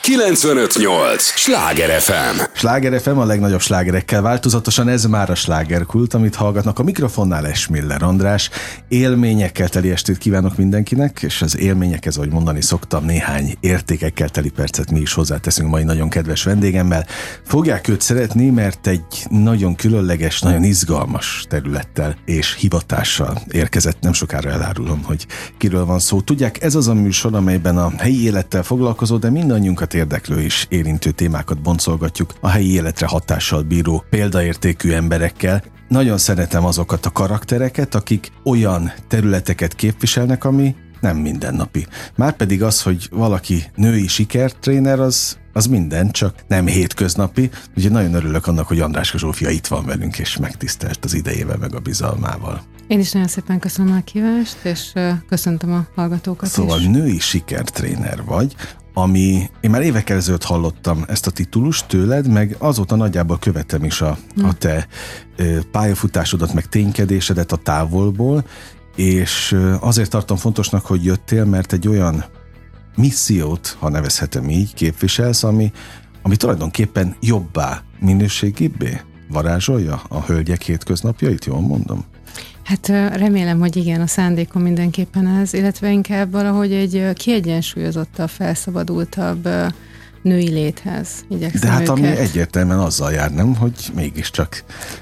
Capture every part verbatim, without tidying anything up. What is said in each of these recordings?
kilencvenöt nyolc Sláger ef em. Sláger ef em a legnagyobb slágerekkel változatosan, ez már a slágerkult, amit hallgatnak. A mikrofonnál Esmiller András. Élményekkel teli estét kívánok mindenkinek, és az élményekhez, ahogy mondani szoktam, néhány értékekkel teli percet mi is hozzáteszünk mai nagyon kedves vendégemmel. Fogják őt szeretni, mert egy nagyon különleges, nagyon izgalmas területtel és hivatással érkezett. Nem sokára elárulom, hogy kiről van szó. Tudják, ez az a műsor, amelyben a helyi élettel foglalkozó, de mindannyiunkat érdeklő és érintő témákat boncolgatjuk a helyi életre hatással bíró példaértékű emberekkel. Nagyon szeretem azokat a karaktereket, akik olyan területeket képviselnek, ami nem mindennapi. Márpedig az, hogy valaki női sikertréner, az, az minden, csak nem hétköznapi. Úgyhogy nagyon örülök annak, hogy Andráska Zsófia itt van velünk, és megtisztelt az idejével, meg a bizalmával. Én is nagyon szépen köszönöm a kívást, és köszöntöm a hallgatókat szóval is. Szóval női sikertréner vagy, ami, én már évekkel ezelőtt hallottam ezt a titulust tőled, meg azóta nagyjából követem is a, hmm. a te pályafutásodat, meg ténykedésedet a távolból, és azért tartom fontosnak, hogy jöttél, mert egy olyan missziót, ha nevezhetem így, képviselsz, ami, ami tulajdonképpen jobbá, minőségibbé varázsolja a hölgyek hétköznapjait, jól mondom? Hát remélem, hogy igen, a szándékom mindenképpen ez, illetve inkább valahogy egy kiegyensúlyozottabb, felszabadultabb női léthez igyekszem. De hát őket. Ami egyértelműen azzal jár, nem, hogy mégiscsak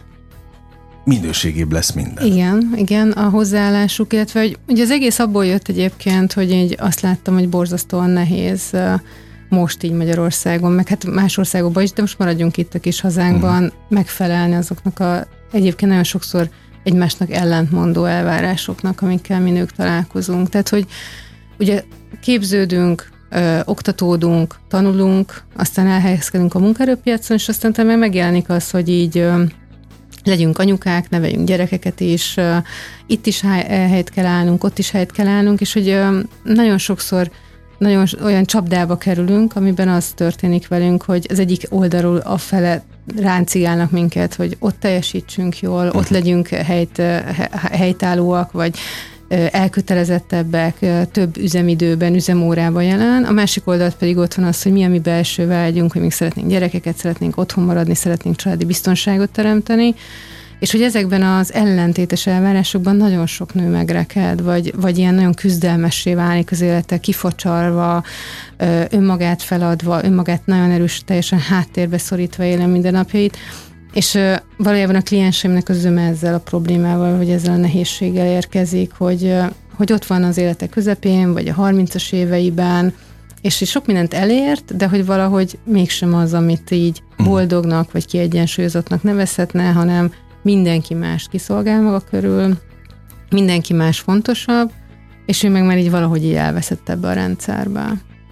minőségébb lesz minden. Igen, igen, a hozzáállásuk, illetve hogy ugye az egész abból jött egyébként, hogy így azt láttam, hogy borzasztóan nehéz most így Magyarországon, meg hát más országokban is, de most maradjunk itt a kis hazánkban, uh-huh. megfelelni azoknak a egyébként nagyon sokszor egymásnak ellentmondó elvárásoknak, amikkel mi nők találkozunk. Tehát, hogy ugye képződünk, ö, oktatódunk, tanulunk, aztán elhelyezkedünk a munkaerőpiacon, és aztán meg megjelenik az, hogy így ö, legyünk anyukák, neveljünk gyerekeket is, ö, itt is helyt kell állnunk, ott is helyt kell állnunk, és hogy ö, nagyon sokszor nagyon olyan csapdába kerülünk, amiben az történik velünk, hogy az egyik oldalról afele ráncigálnak minket, hogy ott teljesítsünk jól, ott legyünk helyt, helytállóak, vagy elkötelezettebbek, több üzemidőben, üzemórában jelen. A másik oldalt pedig ott van az, hogy mi a mi belső vágyunk, hogy még szeretnénk gyerekeket, szeretnénk otthon maradni, szeretnénk családi biztonságot teremteni, és hogy ezekben az ellentétes elvárásokban nagyon sok nő megreked, vagy, vagy ilyen nagyon küzdelmessé válik az élete, kifocsarva, önmagát feladva, önmagát nagyon erős, teljesen háttérbe szorítva éle mindennapjait, és valójában a klienseimnek az zöme ezzel a problémával, vagy ezzel a nehézséggel érkezik, hogy, hogy ott van az élete közepén, vagy a harmincas éveiben, és sok mindent elért, de hogy valahogy mégsem az, amit így boldognak, vagy kiegyensúlyozottnak nevezhetne, hanem mindenki más kiszolgál maga körül, mindenki más fontosabb, és ő meg már így valahogy így elveszett ebbe a rendszerbe.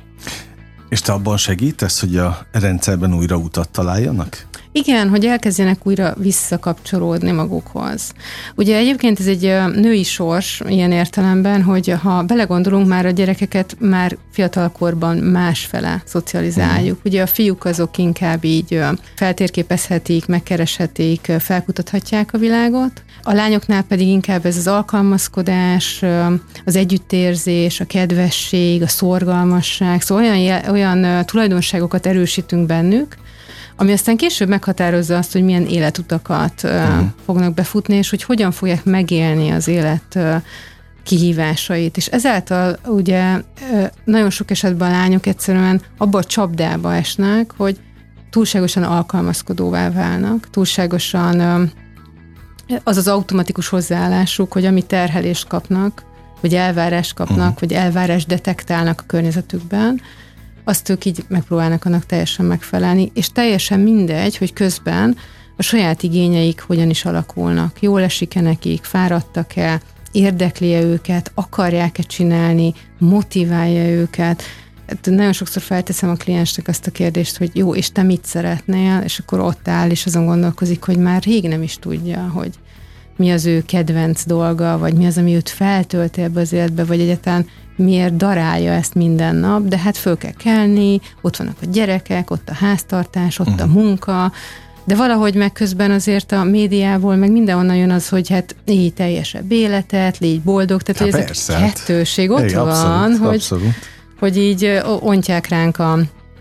És te abban segítesz, hogy a rendszerben újra utat találjanak? Igen, hogy elkezdjenek újra visszakapcsolódni magukhoz. Ugye egyébként ez egy női sors ilyen értelemben, hogy ha belegondolunk, már a gyerekeket már fiatalkorban másfele szocializáljuk. Ugye a fiúk azok inkább így feltérképezhetik, megkereshetik, felkutathatják a világot. A lányoknál pedig inkább ez az alkalmazkodás, az együttérzés, a kedvesség, a szorgalmasság, szóval olyan, olyan tulajdonságokat erősítünk bennük, ami aztán később meghatározza azt, hogy milyen életutakat uh, uh-huh. fognak befutni, és hogy hogyan fogják megélni az élet uh, kihívásait. És ezáltal ugye uh, nagyon sok esetben a lányok egyszerűen abba a csapdába esnek, hogy túlságosan alkalmazkodóvá válnak, túlságosan uh, az az automatikus hozzáállásuk, hogy ami terhelést kapnak, vagy elvárást kapnak, uh-huh. vagy elvárást detektálnak a környezetükben, azt ők így megpróbálnak annak teljesen megfelelni, és teljesen mindegy, hogy közben a saját igényeik hogyan is alakulnak. Jól esik-e nekik, fáradtak-e, érdekli-e őket, akarják-e csinálni, motiválja őket. Nagyon sokszor felteszem a kliensnek azt a kérdést, hogy jó, és te mit szeretnél? És akkor ott áll, és azon gondolkozik, hogy már rég nem is tudja, hogy mi az ő kedvenc dolga, vagy mi az, ami őt feltölti ebbe az életbe, vagy egyáltalán miért darálja ezt minden nap, de hát föl kell kelni, ott vannak a gyerekek, ott a háztartás, ott uh-huh. a munka, de valahogy meg közben azért a médiából, meg mindenhonnan jön az, hogy hát légy teljesebb életet, légy boldog, tehát hát hogy ez a kettőség ott Egy, van, abszolút, hogy, abszolút. hogy így ontják ránk a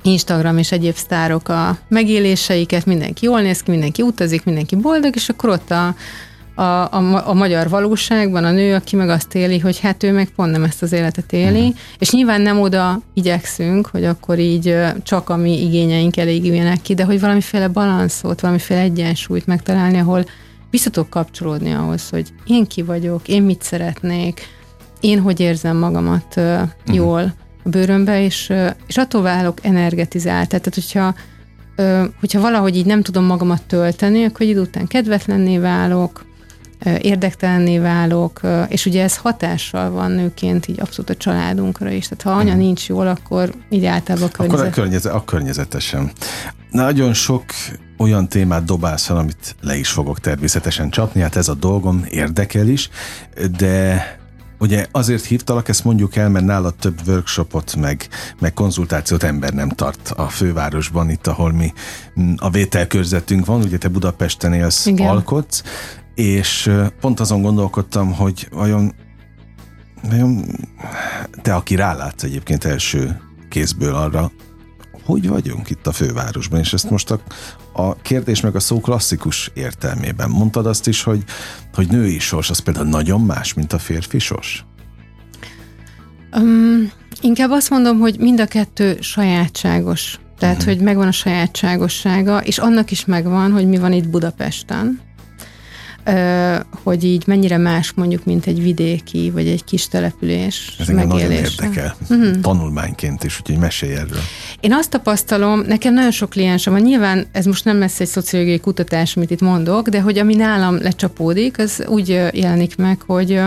Instagram és egyéb sztárok a megéléseiket, mindenki jól néz ki, mindenki utazik, mindenki boldog, és akkor ott a, a, a, a magyar valóságban a nő, aki meg azt éli, hogy hát ő meg pont nem ezt az életet éli, uh-huh. és nyilván nem oda igyekszünk, hogy akkor így csak a mi igényeink elégüljenek ki, de hogy valamiféle balanszot, valamiféle egyensúlyt megtalálni, ahol vissza tudok kapcsolódni ahhoz, hogy én ki vagyok, én mit szeretnék, én hogy érzem magamat uh, jól uh-huh. a bőrömbe, és, uh, és attól válok energetizált. Tehát, hogyha, uh, hogyha valahogy így nem tudom magamat tölteni, akkor idő után kedvetlenné válok, uh, érdektelenné válok, uh, és ugye ez hatással van nőként így abszolút a családunkra is. Tehát ha anya uh-huh. nincs jól, akkor így általában a környezet. Akkor a, környezet, a környezetesen. Nagyon sok olyan témát dobálsz fel, amit le is fogok természetesen csapni, hát ez a dolgom, érdekel is, de ugye azért hívtalak, ezt mondjuk el, mert nálad több workshopot, meg, meg konzultációt ember nem tart a fővárosban, itt, ahol mi a vételkörzetünk van, ugye te Budapesten élsz, igen. alkotsz, és pont azon gondolkodtam, hogy vajon, vajon te, aki rálátsz egyébként első kézből arra, hogy vagyunk itt a fővárosban, és ezt most a, a kérdés meg a szó klasszikus értelmében. Mondtad azt is, hogy, hogy női sors, az például nagyon más, mint a férfi sors? Um, inkább azt mondom, hogy mind a kettő sajátságos. Tehát, uh-huh. hogy megvan a sajátságossága, és annak is megvan, hogy mi van itt Budapesten. Hogy így mennyire más mondjuk, mint egy vidéki, vagy egy kis település ez megélése. Ez nagyon érdekel, uh-huh. tanulmányként is, úgyhogy mesélj erről. Én azt tapasztalom, nekem nagyon sok kliensem van, nyilván ez most nem lesz egy szociológiai kutatás, amit itt mondok, de hogy ami nálam lecsapódik, az úgy jelenik meg, hogy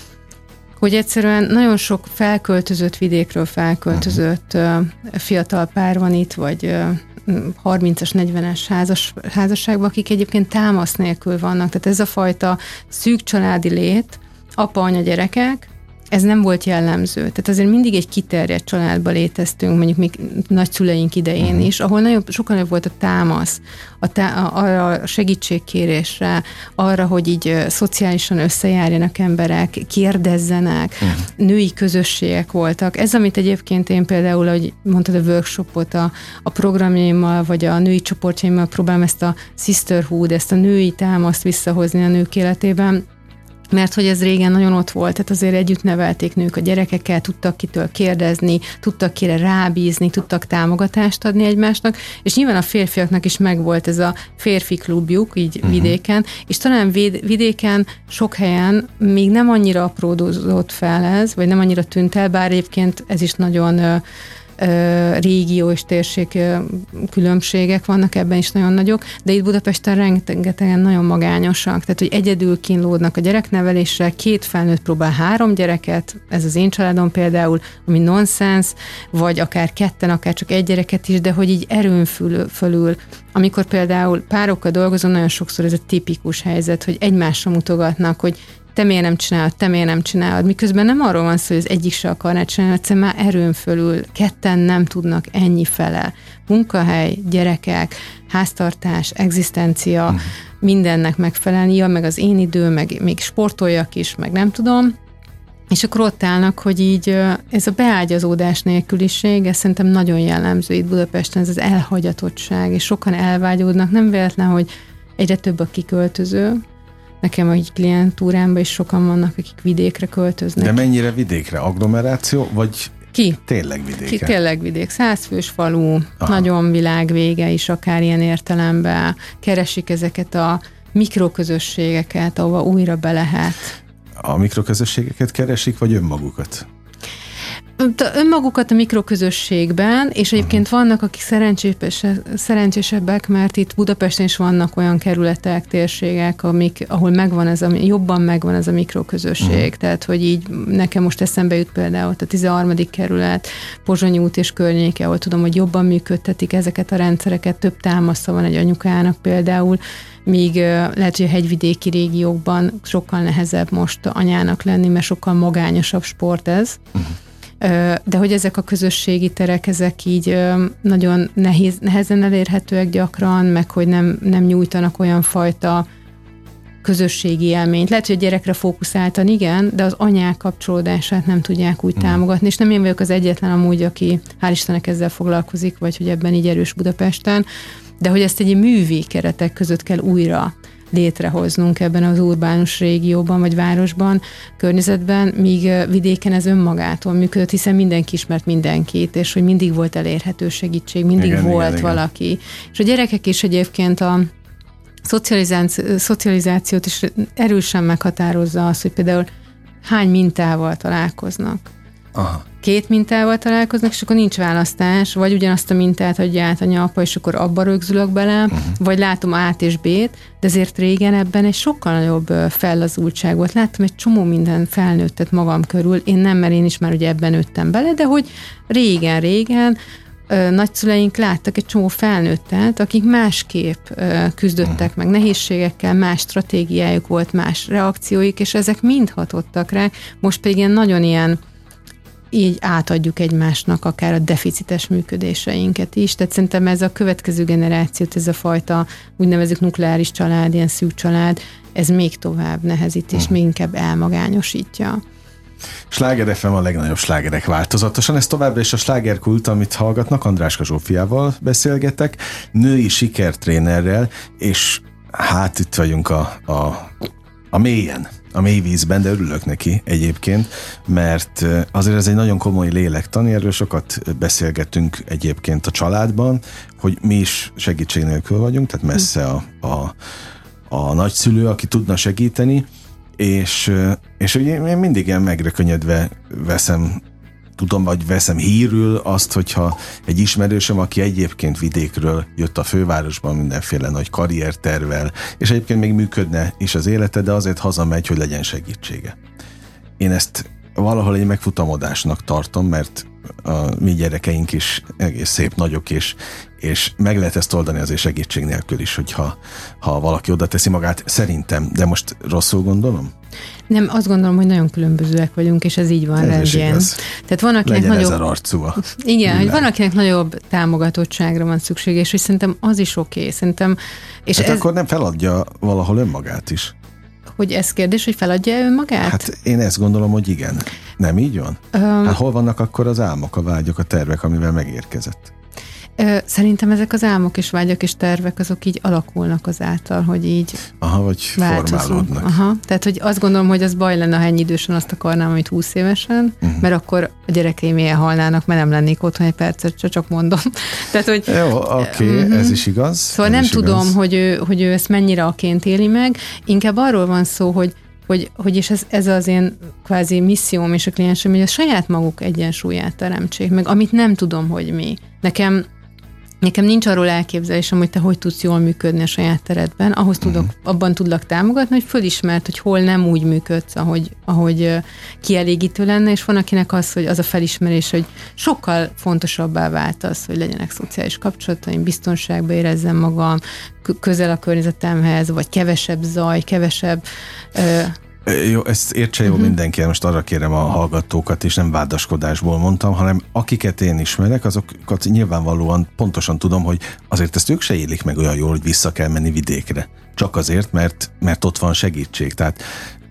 hogy egyszerűen nagyon sok felköltözött vidékről felköltözött uh-huh. fiatal pár van itt, vagy harmincas, negyvenes házas, házasságban, akik egyébként támasz nélkül vannak. Tehát ez a fajta szűk családi lét, apa, anya, gyerekek, ez nem volt jellemző. Tehát azért mindig egy kiterjedt családban léteztünk, mondjuk még nagyszüleink idején uh-huh. is, ahol nagyon, sokkal nagyobb volt a támasz, a tá- a, arra a segítségkérésre, arra, hogy így szociálisan összejárjanak emberek, kérdezzenek, uh-huh. női közösségek voltak. Ez, amit egyébként én például, ahogy mondtad, a workshopot a, a programjaimmal, vagy a női csoportjaimmal próbálom ezt a sisterhood, ezt a női támaszt visszahozni a nők életében, mert hogy ez régen nagyon ott volt, tehát azért együtt nevelték nők a gyerekekkel, tudtak kitől kérdezni, tudtak kire rábízni, tudtak támogatást adni egymásnak, és nyilván a férfiaknak is megvolt ez a férfi klubjuk, így uh-huh. vidéken, és talán vid- vidéken sok helyen még nem annyira apródózott fel ez, vagy nem annyira tűnt el, bár egyébként ez is nagyon régió és térség különbségek vannak, ebben is nagyon nagyok, de itt Budapesten rengetegen nagyon magányosak, tehát hogy egyedül kínlódnak a gyereknevelésre, két felnőtt próbál három gyereket, ez az én családom például, ami nonsens, vagy akár ketten, akár csak egy gyereket is, de hogy így erőn fölül, amikor például párokkal dolgozom, nagyon sokszor ez a tipikus helyzet, hogy egymásra mutogatnak, hogy te miért nem csinálod, te miért nem csinálod, miközben nem arról van szó, hogy az egyik se akarná csinálni, egyszerűen már erőn fölül, ketten nem tudnak ennyi fele. Munkahely, gyerekek, háztartás, egzisztencia, uh-huh. mindennek megfelelni, ja, meg az én idő, meg még sportoljak is, meg nem tudom. És akkor ott állnak, hogy így ez a beágyazódás nélküliség, ez szerintem nagyon jellemző itt Budapesten, ez az elhagyatottság, és sokan elvágyódnak, nem véletlen, hogy egyre több a kiköltöző. Nekem egy klientúrámban is sokan vannak, akik vidékre költöznek. De mennyire vidékre? Agglomeráció, vagy Ki? tényleg vidéke? Ki, tényleg vidék. Százfős falu, aha. nagyon világvége is, akár ilyen értelemben. Keresik ezeket a mikroközösségeket, ahova újra be lehet. A mikroközösségeket keresik, vagy önmagukat? Önmagukat a mikroközösségben, és egyébként uh-huh. vannak, akik szerencsésebbek, mert itt Budapesten is vannak olyan kerületek, térségek, amik, ahol megvan ez a, jobban megvan ez a mikroközösség. Uh-huh. Tehát, hogy így nekem most eszembe jut például a tizenharmadik kerület, Pozsonyi út és környéke, ahol tudom, hogy jobban működtetik ezeket a rendszereket, több támasza van egy anyukának például, míg lehet, hogy a hegyvidéki régiókban sokkal nehezebb most anyának lenni, mert sokkal magányosabb sport ez. Uh-huh. De hogy ezek a közösségi terek, ezek így nagyon nehéz, nehezen elérhetőek gyakran, meg hogy nem, nem nyújtanak olyan fajta közösségi élményt. Lehet, hogy a gyerekre fókuszáltan igen, de az anyák kapcsolódását nem tudják úgy hmm. támogatni, és nem én vagyok az egyetlen amúgy, aki hál' Istennek ezzel foglalkozik, vagy hogy ebben így erős Budapesten, de hogy ezt egy művi keretek között kell újra létrehoznunk ebben az urbánus régióban, vagy városban, környezetben, míg vidéken ez önmagától működött, hiszen mindenki ismert mindenkit, és hogy mindig volt elérhető segítség, mindig igen, volt igen, valaki. Igen. És a gyerekek is egyébként a szocializációt is erősen meghatározza az, hogy például hány mintával találkoznak. Aha. Két mintával találkoznak, és akkor nincs választás, vagy ugyanazt a mintát adja át anya, apa, és akkor abba rögzülök bele, uh-huh. vagy látom át és B-t, de azért régen ebben egy sokkal nagyobb fellazultság volt. Láttam egy csomó minden felnőttet magam körül, én nem, mert én is már ugye ebben nőttem bele, de hogy régen-régen nagyszüleink láttak egy csomó felnőttet, akik másképp küzdöttek meg nehézségekkel, más stratégiájuk volt, más reakcióik, és ezek mind hatottak rá. Most pedig ilyen nagyon ilyen így átadjuk egymásnak akár a deficites működéseinket is. Tehát szerintem ez a következő generációt, ez a fajta úgynevezett nukleáris család, ilyen szűk család, ez még tovább nehezít, és hmm. még inkább elmagányosítja. Sláger ef em a legnagyobb slágerek változatosan. Ez továbbra is a slágerkult, amit hallgatnak. Andráska Zsófiával beszélgetek, női sikertrénerrel, és hát itt vagyunk a, a, a mélyen, a mély vízben, de örülök neki egyébként, mert azért ez egy nagyon komoly lélektani, erről sokat beszélgetünk egyébként a családban, hogy mi is segítség nélkül vagyunk, tehát messze a, a, a nagyszülő, aki tudna segíteni, és, és ugye én mindig ilyen megrökönyödve veszem, tudom, vagy veszem hírül azt, hogyha egy ismerősöm, aki egyébként vidékről jött a fővárosban mindenféle nagy karriertervvel, és egyébként még működne is az élete, de azért hazamegy, hogy legyen segítsége. Én ezt valahol egy megfutamodásnak tartom, mert a mi gyerekeink is egész szép nagyok, és, és meg lehet ezt oldani azért segítség nélkül is, hogyha ha valaki oda teszi magát, szerintem, de most rosszul gondolom? Nem, azt gondolom, hogy nagyon különbözőek vagyunk, és ez így van, rendjén. Tehát van, akinek legyen nagyobb... ezer arcúa. Igen, hogy van, akinek nagyobb támogatottságra van szüksége, és hogy szerintem az is oké. Okay. Szerintem... És hát ez... akkor nem feladja valahol önmagát is. Hogy ez kérdés, hogy feladja önmagát? Hát én ezt gondolom, hogy igen. Nem így van? Um, hát hol vannak akkor az álmok, a vágyok, a tervek, amivel megérkezett? Szerintem ezek az álmok és vágyak és tervek, azok így alakulnak azáltal, hogy így Aha, vagy változunk. formálódnak. Aha, tehát, hogy azt gondolom, hogy az baj lenne, ha ennyi idősen azt akarnám, amit húsz évesen, uh-huh. mert akkor a gyerekeim ilyen halnának, mert nem lennék otthon egy percet, csak mondom. Tehát, hogy, jó, oké, okay, uh-huh. ez is igaz. Szóval nem tudom, igaz. Hogy, ő, hogy ő ezt mennyire aként éli meg, inkább arról van szó, hogy Hogy, hogy és ez, ez az én kvázi misszióm és a kliensem, hogy a saját maguk egyensúlyát teremtsék, meg amit nem tudom, hogy mi. Nekem Nekem nincs arról elképzelésem, hogy te hogy tudsz jól működni a saját teredben, ahhoz tudok, abban tudlak támogatni, hogy fölismert, hogy hol nem úgy működsz, ahogy, ahogy kielégítő lenne, és van akinek az, hogy az a felismerés, hogy sokkal fontosabbá vált az, hogy legyenek szociális kapcsolataim, biztonságban érezzem magam, közel a környezetemhez, vagy kevesebb zaj, kevesebb... Ö, Jó, ezt értse jó uh-huh. mindenki, most arra kérem a hallgatókat, és nem vádaskodásból mondtam, hanem akiket én ismerek, azokat nyilvánvalóan pontosan tudom, hogy azért ezt ők se élik meg olyan jól, hogy vissza kell menni vidékre. Csak azért, mert, mert ott van segítség. Tehát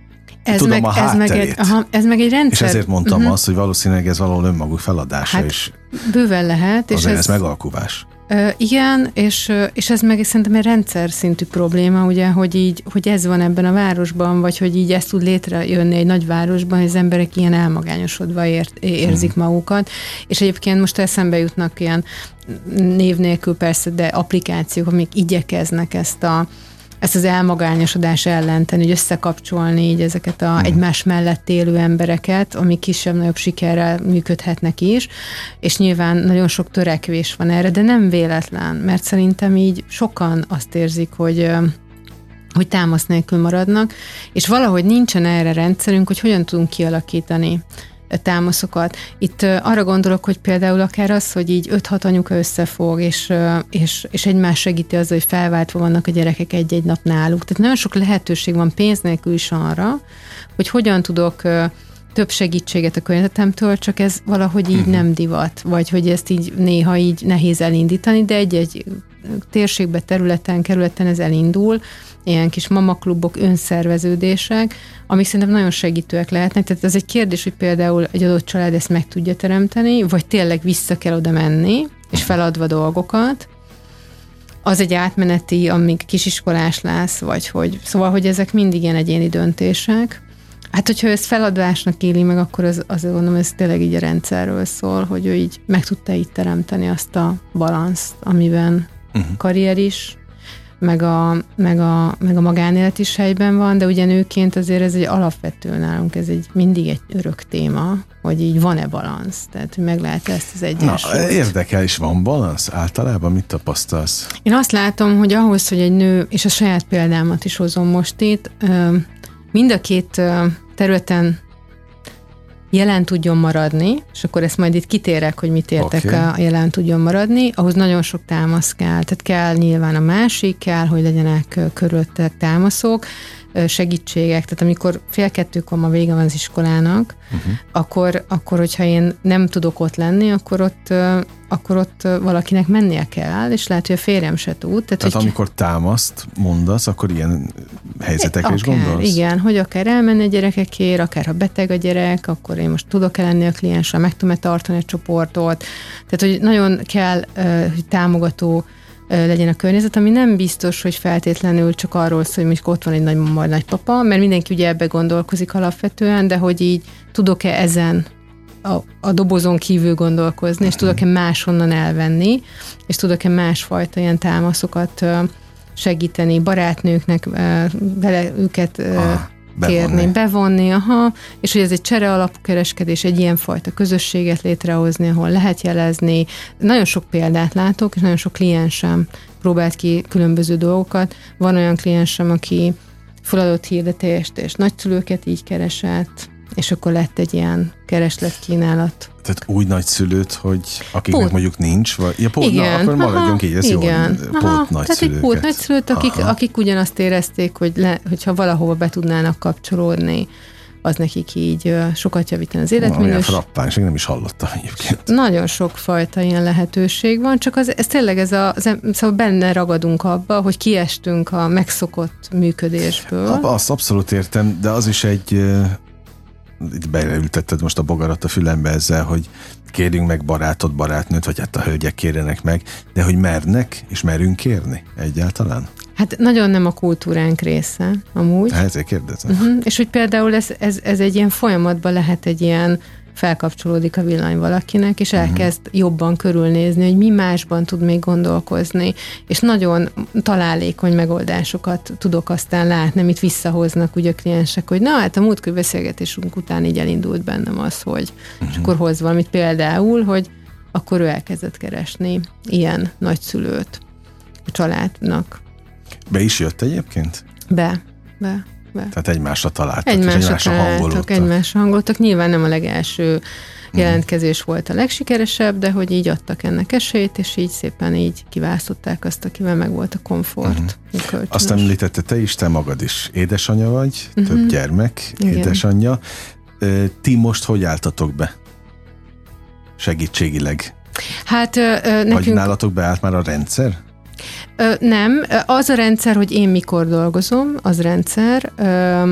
ez tudom meg, a hátterét. Ez meg, egy, aha, ez meg egy rendszer. És ezért mondtam uh-huh. azt, hogy valószínűleg ez valahol önmaguk feladása. Hát, és bőven lehet. És ez, ez megalkuvás. Uh, igen, és, és ez meg szerintem egy rendszer szintű probléma, ugye, hogy így, hogy ez van ebben a városban, vagy hogy így ez tud létrejönni egy nagyvárosban, hogy az emberek ilyen elmagányosodva ért, érzik hmm. magukat, és egyébként most eszembe jutnak ilyen név nélkül persze, de applikációk, amik igyekeznek ezt a ezt az elmagányosodás ellen tenni, hogy összekapcsolni így ezeket a hmm. egymás mellett élő embereket, amik kisebb-nagyobb sikerrel működhetnek is, és nyilván nagyon sok törekvés van erre, de nem véletlen, mert szerintem így sokan azt érzik, hogy hogy támasz nélkül maradnak, és valahogy nincsen erre rendszerünk, hogy hogyan tudunk kialakítani támaszokat. Itt uh, arra gondolok, hogy például akár az, hogy így öt-hat anyuka összefog, és, uh, és, és egymás segíti az, hogy felváltva vannak a gyerekek egy-egy nap náluk. Tehát nagyon sok lehetőség van pénz nélkül is arra, hogy hogyan tudok uh, több segítséget a környezetemtől, csak ez valahogy így uh-huh. nem divat, vagy hogy ezt így néha így nehéz elindítani, de egy-egy térségben, területen, kerületen ez elindul, ilyen kis mamaklubok, önszerveződések, amik szerintem nagyon segítőek lehetnek. Tehát ez egy kérdés, hogy például egy adott család ezt meg tudja teremteni, vagy tényleg vissza kell oda menni, és feladva dolgokat. Az egy átmeneti, amíg kisiskolás lesz, vagy hogy... Szóval, hogy ezek mindig ilyen egyéni döntések. Hát, hogyha ezt feladásnak éli meg, akkor az, azért gondolom, ez tényleg így a rendszerről szól, hogy ő így meg tudta így teremteni azt a balanszt, amiben uh-huh. karrier is, meg a, meg, a, meg a magánélet is helyben van, de ugye nőként azért ez egy alapvető nálunk, ez egy mindig egy örök téma, hogy így van-e balansz, tehát hogy meg lehet ezt az egyensúlyt. Na, érdekel, is van balansz? Általában mit tapasztalsz? Én azt látom, hogy ahhoz, hogy egy nő, és a saját példámat is hozom most itt, mind a két területen jelen tudjon maradni, és akkor ezt majd itt kitérek, hogy mit értek okay. a jelen tudjon maradni, ahhoz nagyon sok támasz kell. Tehát kell nyilván a másik, kell, hogy legyenek körülöttek támaszok, segítségek. Tehát amikor fél kettőkor ma vége van az iskolának, uh-huh. akkor, akkor, hogyha én nem tudok ott lenni, akkor ott, akkor ott valakinek mennie kell, és lehet, hogy a férjem se tud. Tehát, Tehát hogy amikor támaszt mondasz, akkor ilyen helyzetekre is gondolsz? Igen, hogy akár elmenni a gyerekekért, akár ha beteg a gyerek, akkor én most tudok-e lenni a klienssel, meg tudom-e tartani a csoportot. Tehát, hogy nagyon kell, hogy támogató legyen a környezet, ami nem biztos, hogy feltétlenül csak arról szól, hogy mondjuk ott van egy nagymama vagy nagypapa, mert mindenki ugye ebbe gondolkozik alapvetően, de hogy így tudok-e ezen a, a dobozon kívül gondolkozni, és tudok-e máshonnan elvenni, és tudok-e másfajta ilyen támaszokat segíteni, barátnőknek vele őket ah, kérni, bevonni. bevonni, aha, és hogy ez egy csere alapú kereskedés, egy ilyenfajta közösséget létrehozni, ahol lehet jelezni. Nagyon sok példát látok, és nagyon sok kliensem próbált ki különböző dolgokat. Van olyan kliensem, aki feladott hirdetést, és nagyszülőket így keresett, és akkor lett egy ilyen keresletkínálat. Tehát úgy nagyszülőt, hogy akiknek pót. mondjuk nincs, vagy ja, pót, igen, na, akkor maradjunk így, ez igen. jó, pót nagyszülőket. Tehát egy pót nagyszülőt, akik, akik ugyanazt érezték, hogy le, hogyha valahova be tudnának kapcsolódni, az nekik így sokat javítani az életminőség. Olyan frappáns, én nem is hallottam egyébként. Nagyon sok fajta ilyen lehetőség van, csak az, ez tényleg ez a, az, szóval benne ragadunk abba, hogy kiestünk a megszokott működésből. Azt abszolút értem, de az is egy... itt beültetted most a bogarat a fülembe ezzel, hogy kérjünk meg barátot, barátnőt, vagy hát a hölgyek kérjenek meg, de hogy mernek, és merünk kérni egyáltalán? Hát nagyon nem a kultúránk része, amúgy. Hát ezért kérdezem. Uh-huh. És hogy például ez, ez, ez egy ilyen folyamatban lehet egy ilyen felkapcsolódik a villany valakinek, és elkezd uh-huh. jobban körülnézni, hogy mi másban tud még gondolkozni, és nagyon találékony megoldásokat tudok aztán látni, amit visszahoznak ugye a kliensek, hogy na hát a múltkori beszélgetésünk után így elindult bennem az, hogy uh-huh. és akkor hoz valamit például, hogy akkor ő elkezdett keresni ilyen nagyszülőt a családnak. Be is jött egyébként? Be, be. Be. Tehát egymásra találtak, egymásra, egymásra hangolódtak. Egymásra hangoltak. Nyilván nem a legelső jelentkezés volt a legsikeresebb, de hogy így adtak ennek esélyt, és így szépen így kiválasztották azt, akivel meg volt a komfort. Uh-huh. Azt említette te is, te magad is édesanyja vagy, uh-huh. több gyermek, igen. édesanyja. Ti most hogy álltatok be? Segítségileg? Hát nekünk... Vagy nálatok beállt már a rendszer? Ö, nem, az a rendszer, hogy én mikor dolgozom, az rendszer. Ö,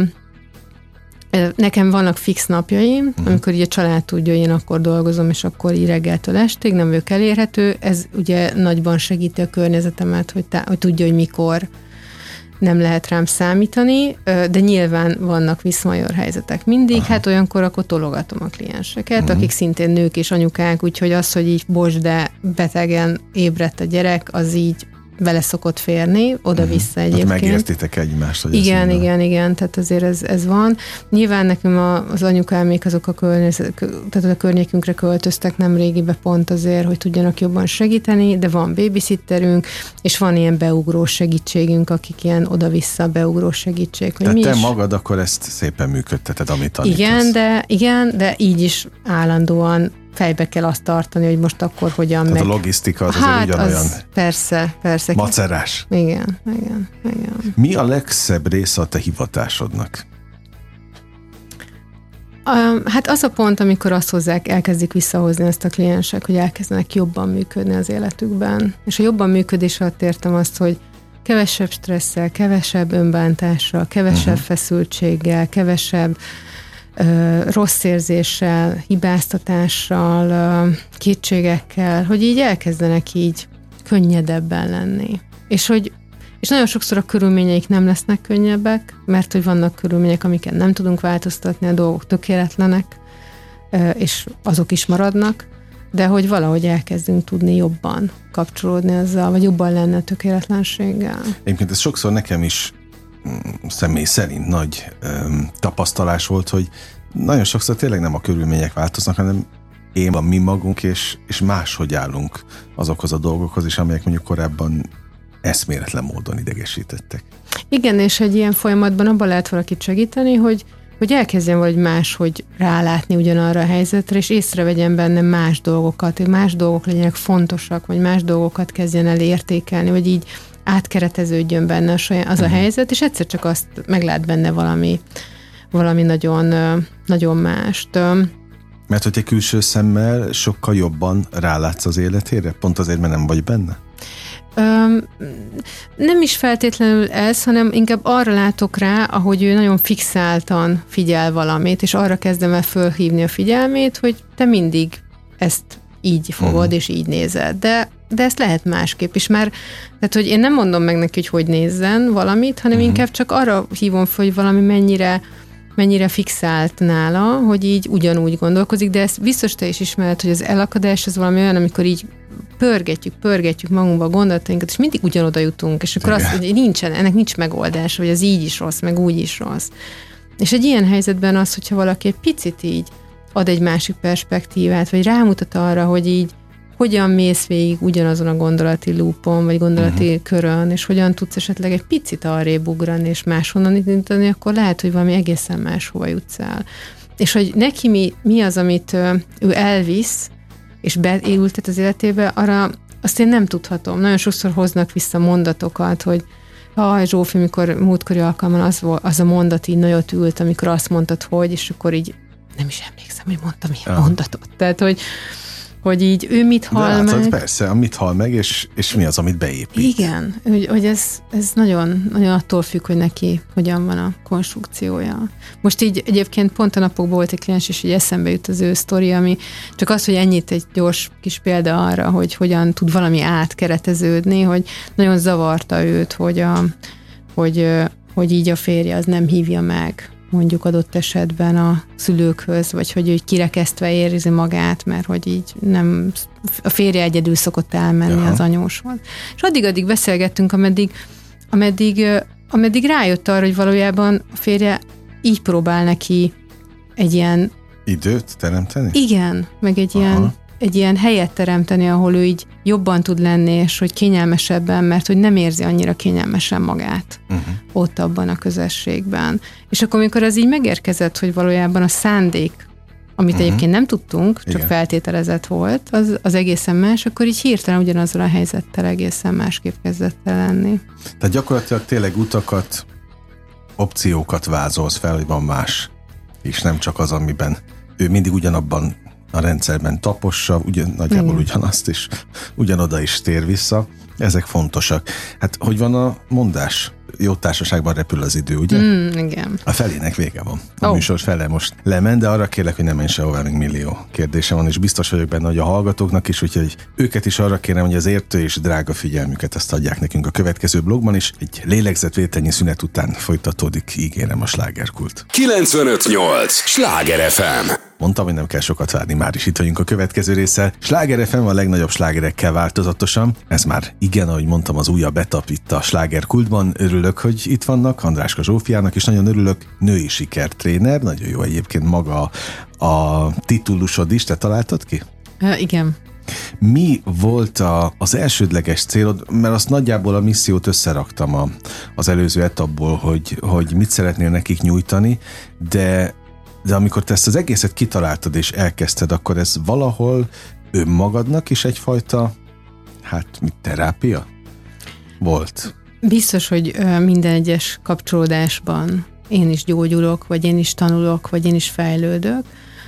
nekem vannak fix napjaim, uh-huh. amikor így a család tudja, hogy én akkor dolgozom, és akkor így reggeltől estig nem vagyok elérhető. Ez ugye nagyban segíti a környezetemet, hogy, tá- hogy tudja, hogy mikor nem lehet rám számítani, de nyilván vannak viszmajor helyzetek mindig, aha. hát olyankor akkor tologatom a klienseket, uh-huh. akik szintén nők és anyukák, úgyhogy az, hogy így bocs, de betegen ébredt a gyerek, az így vele szokott férni, oda-vissza uh-huh. egyébként. Tehát megértitek egymást, hogy igen, igen, igen, tehát azért ez, ez van. Nyilván nekem az anyukámék azok a, környezet, tehát a környékünkre költöztek nemrégibe pont azért, hogy tudjanak jobban segíteni, de van babysitterünk, és van ilyen beugrós segítségünk, akik ilyen oda-vissza beugrós segítség. Tehát mi te is... magad akkor ezt szépen működteted, amit tanítasz. Igen, de, igen, de így is állandóan fejbe kell azt tartani, hogy most akkor hogyan Tehát meg... a logisztika az hát azért ugyanolyan az persze, persze. macerás. Igen, igen, igen. Mi a legszebb része a te hivatásodnak? Hát az a pont, amikor azt hozzák, elkezdik visszahozni ezt a kliensek, hogy elkezdenek jobban működni az életükben. És a jobban működés alatt értem azt, hogy kevesebb stresszel, kevesebb önbántással, kevesebb uh-huh. feszültséggel, kevesebb ö, rossz érzéssel, hibáztatással, ö, kétségekkel, hogy így elkezdenek így könnyedebben lenni. És hogy és nagyon sokszor a körülményeik nem lesznek könnyebbek, mert hogy vannak körülmények, amiket nem tudunk változtatni, a dolgok tökéletlenek, és azok is maradnak, de hogy valahogy elkezdünk tudni jobban kapcsolódni azzal, vagy jobban lenne a tökéletlenséggel. Egyébként ez sokszor nekem is személy szerint nagy öm, tapasztalás volt, hogy nagyon sokszor tényleg nem a körülmények változnak, hanem én van mi magunk, és, és máshogy állunk azokhoz a dolgokhoz is, amelyek mondjuk korábban eszméletlen módon idegesítettek. Igen, és egy ilyen folyamatban abban lehet valakit segíteni, hogy, hogy elkezdjen valahogy máshogy rálátni ugyanarra a helyzetre, és észrevegyen benne más dolgokat, hogy más dolgok legyenek fontosak, vagy más dolgokat kezdjen el értékelni, vagy így átkereteződjön benne az a uh-huh. helyzet, és egyszer csak azt meglát benne valami, valami nagyon, nagyon mást. Mert hogy egy külső szemmel sokkal jobban rálátsz az életére? Pont azért, mert nem vagy benne? Öm, nem is feltétlenül ez, hanem inkább arra látok rá, ahogy ő nagyon fixáltan figyel valamit, és arra kezdem el fölhívni a figyelmét, hogy te mindig ezt így fogod, uh-huh. és így nézed. De, de ezt lehet másképp is már. Tehát, hogy én nem mondom meg neki, hogy hogy nézzen valamit, hanem uh-huh. inkább csak arra hívom fel, hogy valami mennyire mennyire fixált nála, hogy így ugyanúgy gondolkozik, de ezt biztos te is ismered, hogy az elakadás az valami olyan, amikor így pörgetjük, pörgetjük magunkba a gondolatainkat, és mindig ugyanoda jutunk, és akkor azt, hogy nincsen, ennek nincs megoldás, vagy az így is rossz, meg úgy is rossz. És egy ilyen helyzetben az, hogyha valaki egy picit így ad egy másik perspektívát, vagy rámutat arra, hogy így hogyan mész végig ugyanazon a gondolati loopon, vagy gondolati uh-huh. körön, és hogyan tudsz esetleg egy picit arrébb ugrani, és máshonnan indítani, akkor lehet, hogy valami egészen máshova jutsz el. És hogy neki mi, mi az, amit ő elvisz, és beültet az életébe, arra azt én nem tudhatom. Nagyon sokszor hoznak vissza mondatokat, hogy ha Zsófi, mikor múltkori alkalman az, volt, az a mondat így nagyot ült, amikor azt mondtad, hogy, és akkor így nem is emlékszem, hogy mondtam ilyen ja. mondatot. Tehát, hogy hogy így ő mit hal de látod, meg. Persze, mit hal meg, és, és mi az, amit beépít. Igen, hogy, hogy ez, ez nagyon, nagyon attól függ, hogy neki hogyan van a konstrukciója. Most így egyébként pont a napokban volt egy kliens, és így eszembe jut az ő sztori, ami csak az, hogy ennyit egy gyors kis példa arra, hogy hogyan tud valami átkereteződni, hogy nagyon zavarta őt, hogy, a, hogy, hogy így a férje az nem hívja meg mondjuk adott esetben a szülőkhöz, vagy hogy ő kirekesztve érzi magát, mert hogy így nem, a férje egyedül szokott elmenni Aha. az anyóshoz. És addig-addig beszélgettünk, ameddig, ameddig, ameddig rájött arra, hogy valójában a férje így próbál neki egy ilyen... Időt teremteni? Igen, meg egy ilyen, egy ilyen helyet teremteni, ahol ő így jobban tud lenni, és hogy kényelmesebben, mert hogy nem érzi annyira kényelmesen magát uh-huh. ott abban a közösségben. És akkor, amikor az így megérkezett, hogy valójában a szándék, amit uh-huh. egyébként nem tudtunk, csak Igen. feltételezett volt, az, az egészen más, akkor így hirtelen ugyanazzal a helyzettel egészen másképp kezdett el lenni. Tehát gyakorlatilag tényleg utakat, opciókat vázolsz fel, hogy van más, és nem csak az, amiben ő mindig ugyanabban a rendszerben tapossa, ugyan, nagyjából Igen. ugyanazt is, ugyanoda is tér vissza. Ezek fontosak. Hát, hogy van a mondás? Jó társaságban repül az idő, ugye? Mm, igen. A felének vége van. A oh. műsor fele most lement, de arra kérlek, hogy nem menj sehová, még millió kérdése van, és biztos vagyok benne, hogy a hallgatóknak is, úgyhogy őket is arra kérem, hogy az értő és drága figyelmüket ezt adják nekünk a következő blogban is. Egy lélegzetvételnyi szünet után folytatódik, ígérem, a slágerkult. kilencvenöt nyolc Sláger ef em. Mondtam, hogy nem kell sokat várni, már is itt vagyunk a következő résszel. Sláger ef em a legnagyobb slágerekkel változatosan. Ez már igen, ahogy mondtam, az újabb etap itt a slágerkultban. Örülök, hogy itt vannak, Andráska Zsófiának, és nagyon örülök, női sikertréner, nagyon jó egyébként maga a titulusod is, te találtad ki? Uh, igen. Mi volt a, az elsődleges célod, mert azt nagyjából a missziót összeraktam a, az előző etapból, hogy, hogy mit szeretnél nekik nyújtani, de De amikor te ezt az egészet kitaláltad és elkezdted, akkor ez valahol önmagadnak is egyfajta, hát mit, terápia volt? Biztos, hogy minden egyes kapcsolódásban én is gyógyulok, vagy én is tanulok, vagy én is fejlődök.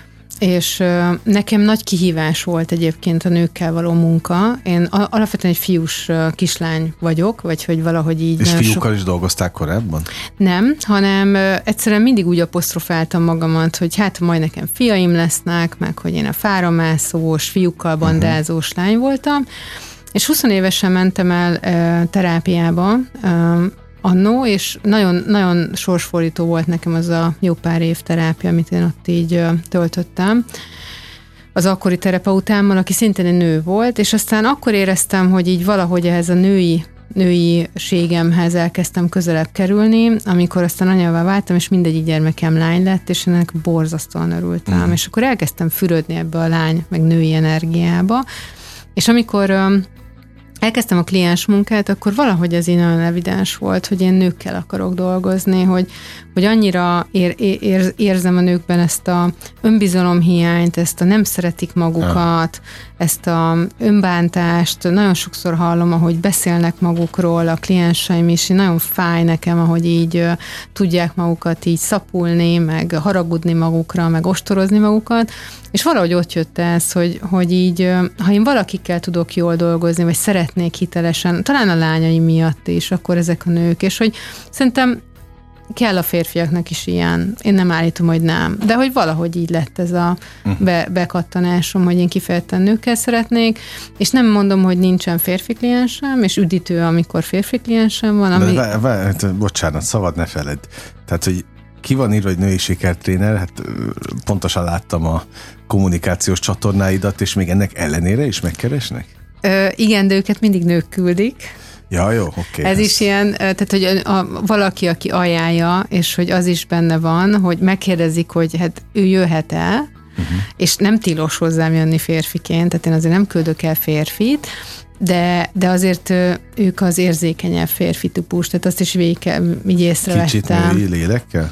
És nekem nagy kihívás volt egyébként a nőkkel való munka. Én alapvetően egy fiús kislány vagyok, vagy hogy valahogy így... És fiúkkal sok... is dolgozták korábban? Nem, hanem egyszerűen mindig úgy apostrofáltam magamat, hogy hát majd nekem fiaim lesznek, meg hogy én a fáramászós, fiúkkal bandázós uh-huh. lány voltam. És húsz évesen mentem el terápiába, annó, és nagyon, nagyon sorsfordító volt nekem az a jó pár év terápia, amit én ott így töltöttem az akkori terapeutámmal, aki szintén egy nő volt, és aztán akkor éreztem, hogy így valahogy ehhez a női nőiségemhez elkezdtem közelebb kerülni, amikor aztán anyává váltam, és mindegyik gyermekem lány lett, és ennek borzasztóan örültem. Mm. És akkor elkezdtem fürödni ebbe a lány, meg női energiába, és amikor elkezdtem a kliens munkát, akkor valahogy az én nagyon evidens volt, hogy én nőkkel akarok dolgozni, hogy, hogy annyira ér, ér, érzem a nőkben ezt a önbizalomhiányt, ezt a nem szeretik magukat, ezt a önbántást. Nagyon sokszor hallom, ahogy beszélnek magukról a klienseim is, nagyon fáj nekem, ahogy így tudják magukat így szapulni, meg haragudni magukra, meg ostorozni magukat, és valahogy ott jött ez, hogy, hogy így, ha én valakikkel tudok jól dolgozni, vagy szeretnék hitelesen, talán a lányaim miatt is, akkor ezek a nők, és hogy szerintem kell a férfiaknak is ilyen. Én nem állítom, hogy nem. De hogy valahogy így lett ez a be, bekattanásom, hogy én kifejezetten nőkkel szeretnék, és nem mondom, hogy nincsen férfi kliensem, és üdítő, amikor férfi kliensem van. Ami... De, de, de, bocsánat, szabad ne feled. Tehát, hogy ki van írva, hogy női sikertréner, hát pontosan láttam a kommunikációs csatornáidat, és még ennek ellenére is megkeresnek? Ö, igen, de őket mindig nők küldik. Ja, jó, oké. Okay, ez, ez is ilyen, tehát, hogy a, a, valaki, aki ajánlja, és hogy az is benne van, hogy megkérdezik, hogy hát ő jöhet-e, uh-huh. és nem tilos hozzám jönni férfiként, tehát én azért nem küldök el férfit, de, de azért ők az érzékenyebb férfi típus, tehát azt is végig kell, így észrevettem. Kicsit női lélekkel?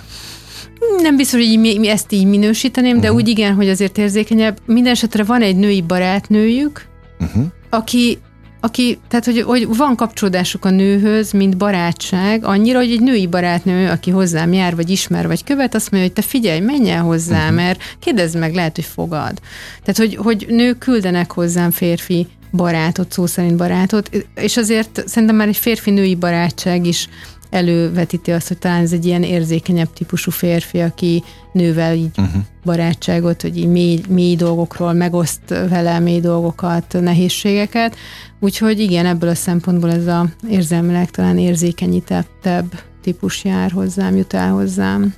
Nem biztos, hogy mi, mi ezt így minősíteném, uh-huh. de úgy igen, hogy azért érzékenyebb. Mindenesetre van egy női barátnőjük, uh-huh. aki Aki, tehát, hogy, hogy van kapcsolódásuk a nőhöz, mint barátság, annyira, hogy egy női barátnő, aki hozzám jár, vagy ismer, vagy követ, azt mondja, hogy te figyelj, menj el hozzá, uh-huh. mert kérdezd meg, lehet, hogy fogad. Tehát, hogy, hogy nők küldenek hozzám férfi barátot, szó szerint barátot, és azért szerintem már egy férfi-női barátság is elővetíti azt, hogy talán ez egy ilyen érzékenyebb típusú férfi, aki nővel így uh-huh. barátságot, hogy így mély, mély dolgokról megoszt vele mély dolgokat, nehézségeket. Úgyhogy igen, ebből a szempontból ez az érzelmileg talán érzékenyítettebb típus jár hozzám, jut el hozzám.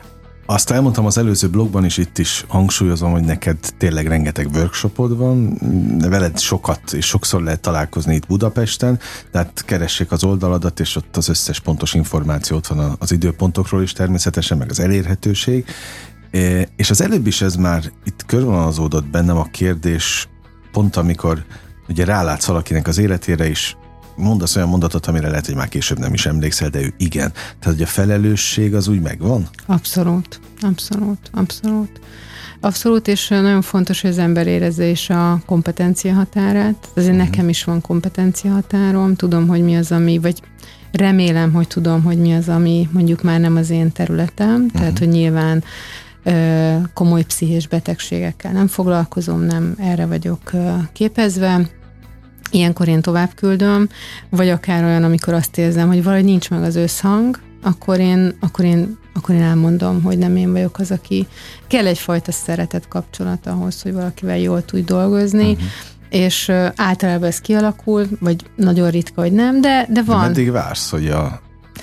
Azt elmondtam az előző blogban is, itt is hangsúlyozom, hogy neked tényleg rengeteg workshopod van, veled sokat és sokszor lehet találkozni itt Budapesten, tehát keressék az oldaladat, és ott az összes pontos információ ott van az időpontokról is természetesen, meg az elérhetőség. És az előbb is ez már itt körvonalazódott bennem a kérdés, pont amikor ugye rálátsz valakinek az életére is, mondasz olyan mondatot, amire lehet, hogy már később nem is emlékszel, de ő igen. Tehát, hogy a felelősség az úgy megvan? Abszolút, abszolút, abszolút. Abszolút, és nagyon fontos, hogy az ember érezze is a kompetencia határát. Azért uh-huh. nekem is van kompetencia határom, tudom, hogy mi az, ami, vagy remélem, hogy tudom, hogy mi az, ami mondjuk már nem az én területem, uh-huh. tehát, hogy nyilván ö, komoly pszichés betegségekkel nem foglalkozom, nem erre vagyok ö, képezve. Ilyenkor én tovább küldöm, vagy akár olyan, amikor azt érzem, hogy valahogy nincs meg az összhang, akkor én, akkor én, akkor én elmondom, hogy nem én vagyok az, aki kell egyfajta szeretet kapcsolat ahhoz, hogy valakivel jól tudj dolgozni, uh-huh. és általában ez kialakul, vagy nagyon ritka, hogy nem, de, de van. De meddig vársz, hogy a,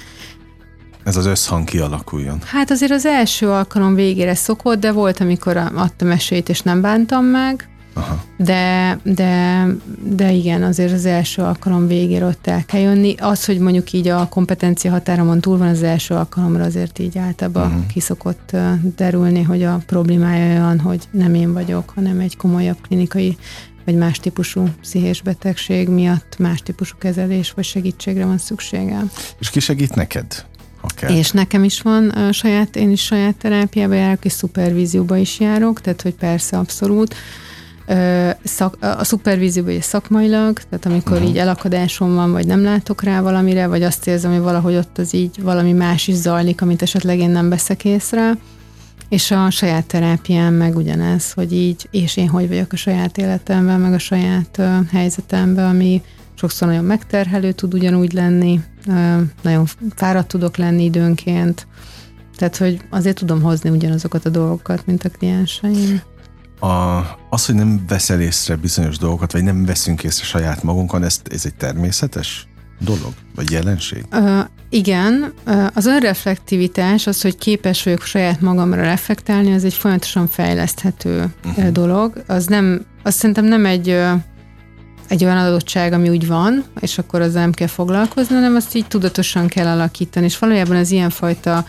ez az összhang kialakuljon? Hát azért az első alkalom végére szokott, de volt, amikor adtam esélyt, és nem bántam meg. Aha. De, de, de igen, azért az első alkalom végére ott el kell jönni. Az, hogy mondjuk így a kompetencia határomon túl van, az első alkalomra azért így általában uh-huh. ki szokott derülni, hogy a problémája olyan, hogy nem én vagyok, hanem egy komolyabb klinikai vagy más típusú pszichés betegség miatt más típusú kezelés vagy segítségre van szükségem. És ki segít neked? És nekem is van uh, saját, én is saját terápiába járok, és szupervízióba is járok, tehát hogy persze abszolút. Szak, a szupervízióban szakmailag, tehát amikor uh-huh. így elakadásom van, vagy nem látok rá valamire, vagy azt érzem, hogy valahogy ott az így valami más is zajlik, amit esetleg én nem veszek észre. És a saját terápián meg ugyanez, hogy így, és én hogy vagyok a saját életemben, meg a saját uh, helyzetemben, ami sokszor nagyon megterhelő tud ugyanúgy lenni, uh, nagyon fáradt tudok lenni időnként, tehát, hogy azért tudom hozni ugyanazokat a dolgokat, mint a klienseim. A, az, hogy nem veszel észre bizonyos dolgokat, vagy nem veszünk észre saját magunkon, ez, ez egy természetes dolog, vagy jelenség? Uh, igen, uh, az önreflektivitás, az, hogy képes vagyok saját magamra reflektálni, az egy folyamatosan fejleszthető uh-huh. dolog. Az nem, az szerintem nem egy, uh, egy olyan adottság, ami úgy van, és akkor azzal nem kell foglalkozni, hanem azt így tudatosan kell alakítani, és valójában az ilyenfajta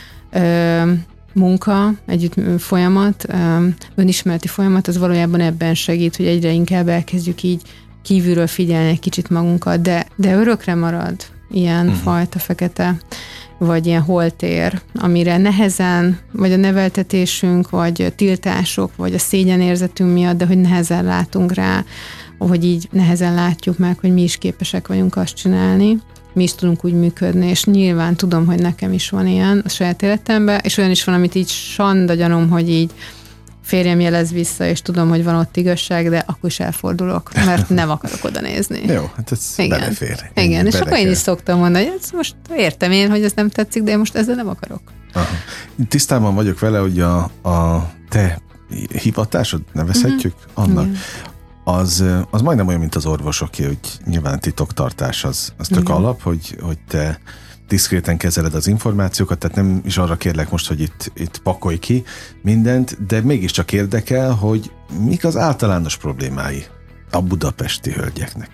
uh, munka, együtt folyamat, önismereti folyamat, az valójában ebben segít, hogy egyre inkább elkezdjük így kívülről figyelni egy kicsit magunkat, de, de örökre marad ilyen uh-huh. fajta fekete, vagy ilyen holtér, amire nehezen, vagy a neveltetésünk, vagy tiltások, vagy a szégyenérzetünk miatt, de hogy nehezen látunk rá, hogy így nehezen látjuk meg, hogy mi is képesek vagyunk azt csinálni, mi is tudunk úgy működni, és nyilván tudom, hogy nekem is van ilyen a saját életemben, és olyan is van, amit így sanda gyanom, hogy így férjem jelez vissza, és tudom, hogy van ott igazság, de akkor is elfordulok, mert nem akarok oda nézni. Jó, hát ez igen. belefér. Igen, Ennyi és bele akkor én kell. is szoktam mondani, hogy ezt most értem én, hogy ez nem tetszik, de én most ezzel nem akarok. Aha. Tisztában vagyok vele, hogy a, a te hivatásod, nevezhetjük uh-huh. annak, igen. Az, az majdnem olyan, mint az orvosoké, hogy nyilván titoktartás az, az tök igen. alap, hogy, hogy te diszkréten kezeled az információkat, tehát nem is arra kérlek most, hogy itt, itt pakolj ki mindent, de mégiscsak érdekel, hogy mik az általános problémái a budapesti hölgyeknek.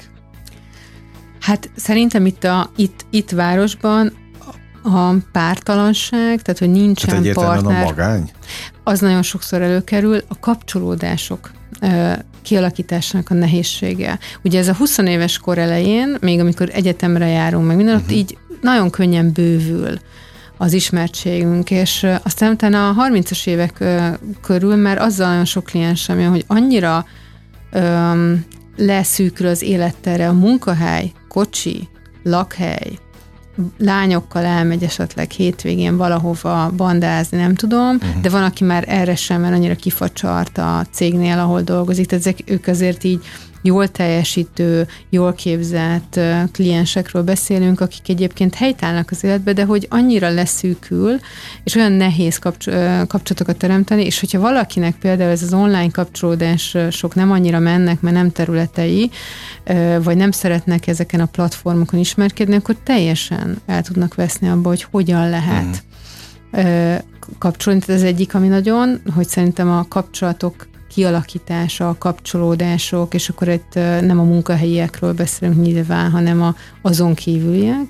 Hát szerintem itt, a, itt, itt városban a pártalanság, tehát hogy nincsen tehát partner. A magány? Az nagyon sokszor előkerül, a kapcsolódások kialakításának a nehézsége. Ugye ez a húsz éves kor elején, még amikor egyetemre járunk, meg minden, uh-huh. ott így nagyon könnyen bővül az ismertségünk, és aztán utána a harmincas évek körül már azzal nagyon sok kliensem jön, hogy annyira öm, leszűkül az élettere, a munkahely, kocsi, lakhely, lányokkal elmegy esetleg hétvégén valahova bandázni, nem tudom, uh-huh. de van, aki már erre sem, mert annyira kifacsart a cégnél, ahol dolgozik, tehát ezek, ők azért így jól teljesítő, jól képzett kliensekről beszélünk, akik egyébként helytállnak az életbe, de hogy annyira leszűkül, és olyan nehéz kapcs- kapcsolatokat teremteni, és hogyha valakinek például ez az online kapcsolódás sok nem annyira mennek, mert nem területei, vagy nem szeretnek ezeken a platformokon ismerkedni, akkor teljesen el tudnak veszni abba, hogy hogyan lehet mm. kapcsolni. Tehát ez egyik, ami nagyon, hogy szerintem a kapcsolatok kialakítása, a kapcsolódások, és akkor itt nem a munkahelyiekről beszélünk nyilván, hanem a, azon kívüliek.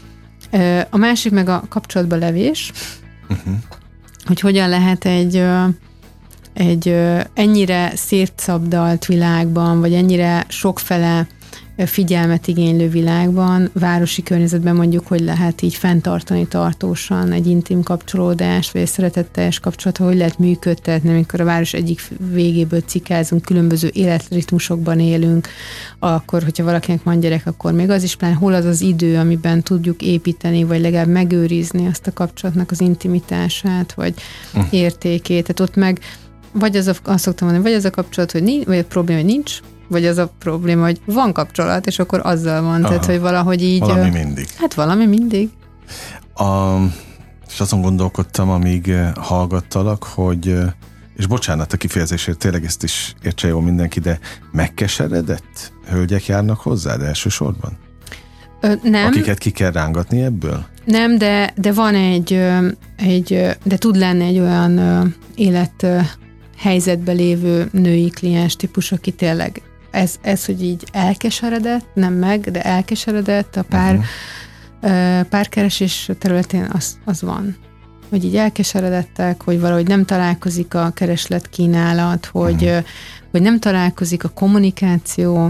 A másik meg a kapcsolatba levés, uh-huh. hogy hogyan lehet egy, egy ennyire szétszabdalt világban, vagy ennyire sokfele figyelmet igénylő világban, városi környezetben mondjuk, hogy lehet így fenntartani tartósan egy intim kapcsolódást, vagy egy szeretetteljes kapcsolatot, hogy lehet működtetni, amikor a város egyik végéből cikázunk, különböző életritmusokban élünk, akkor, hogyha valakinek van gyerek, akkor még az is pláne hol az az idő, amiben tudjuk építeni, vagy legalább megőrizni azt a kapcsolatnak az intimitását, vagy uh. értékét. Tehát ott meg vagy az a, azt szoktam mondani, vagy az a kapcsolat, hogy nincs, vagy a probléma, hogy nincs, vagy az a probléma, hogy van kapcsolat, és akkor azzal van. Aha. Tehát, hogy valahogy így... Valami mindig. Hát valami mindig. A, és azon gondolkodtam, amíg hallgattalak, hogy, és bocsánat a kifejezésért, tényleg ezt is értse jól mindenki, de megkeseredett hölgyek járnak hozzád elsősorban? Ö, nem. Akiket ki kell rángatni ebből? Nem, de, de van egy, egy, de tud lenni egy olyan élet helyzetben lévő női kliens típus, aki tényleg ez, ez, hogy így elkeseredett, nem meg, de elkeseredett a pár, uh-huh. párkeresés területén, az, az van. Hogy így elkeseredettek, hogy valahogy nem találkozik a kereslet kínálat, hogy, uh-huh. hogy nem találkozik a kommunikáció,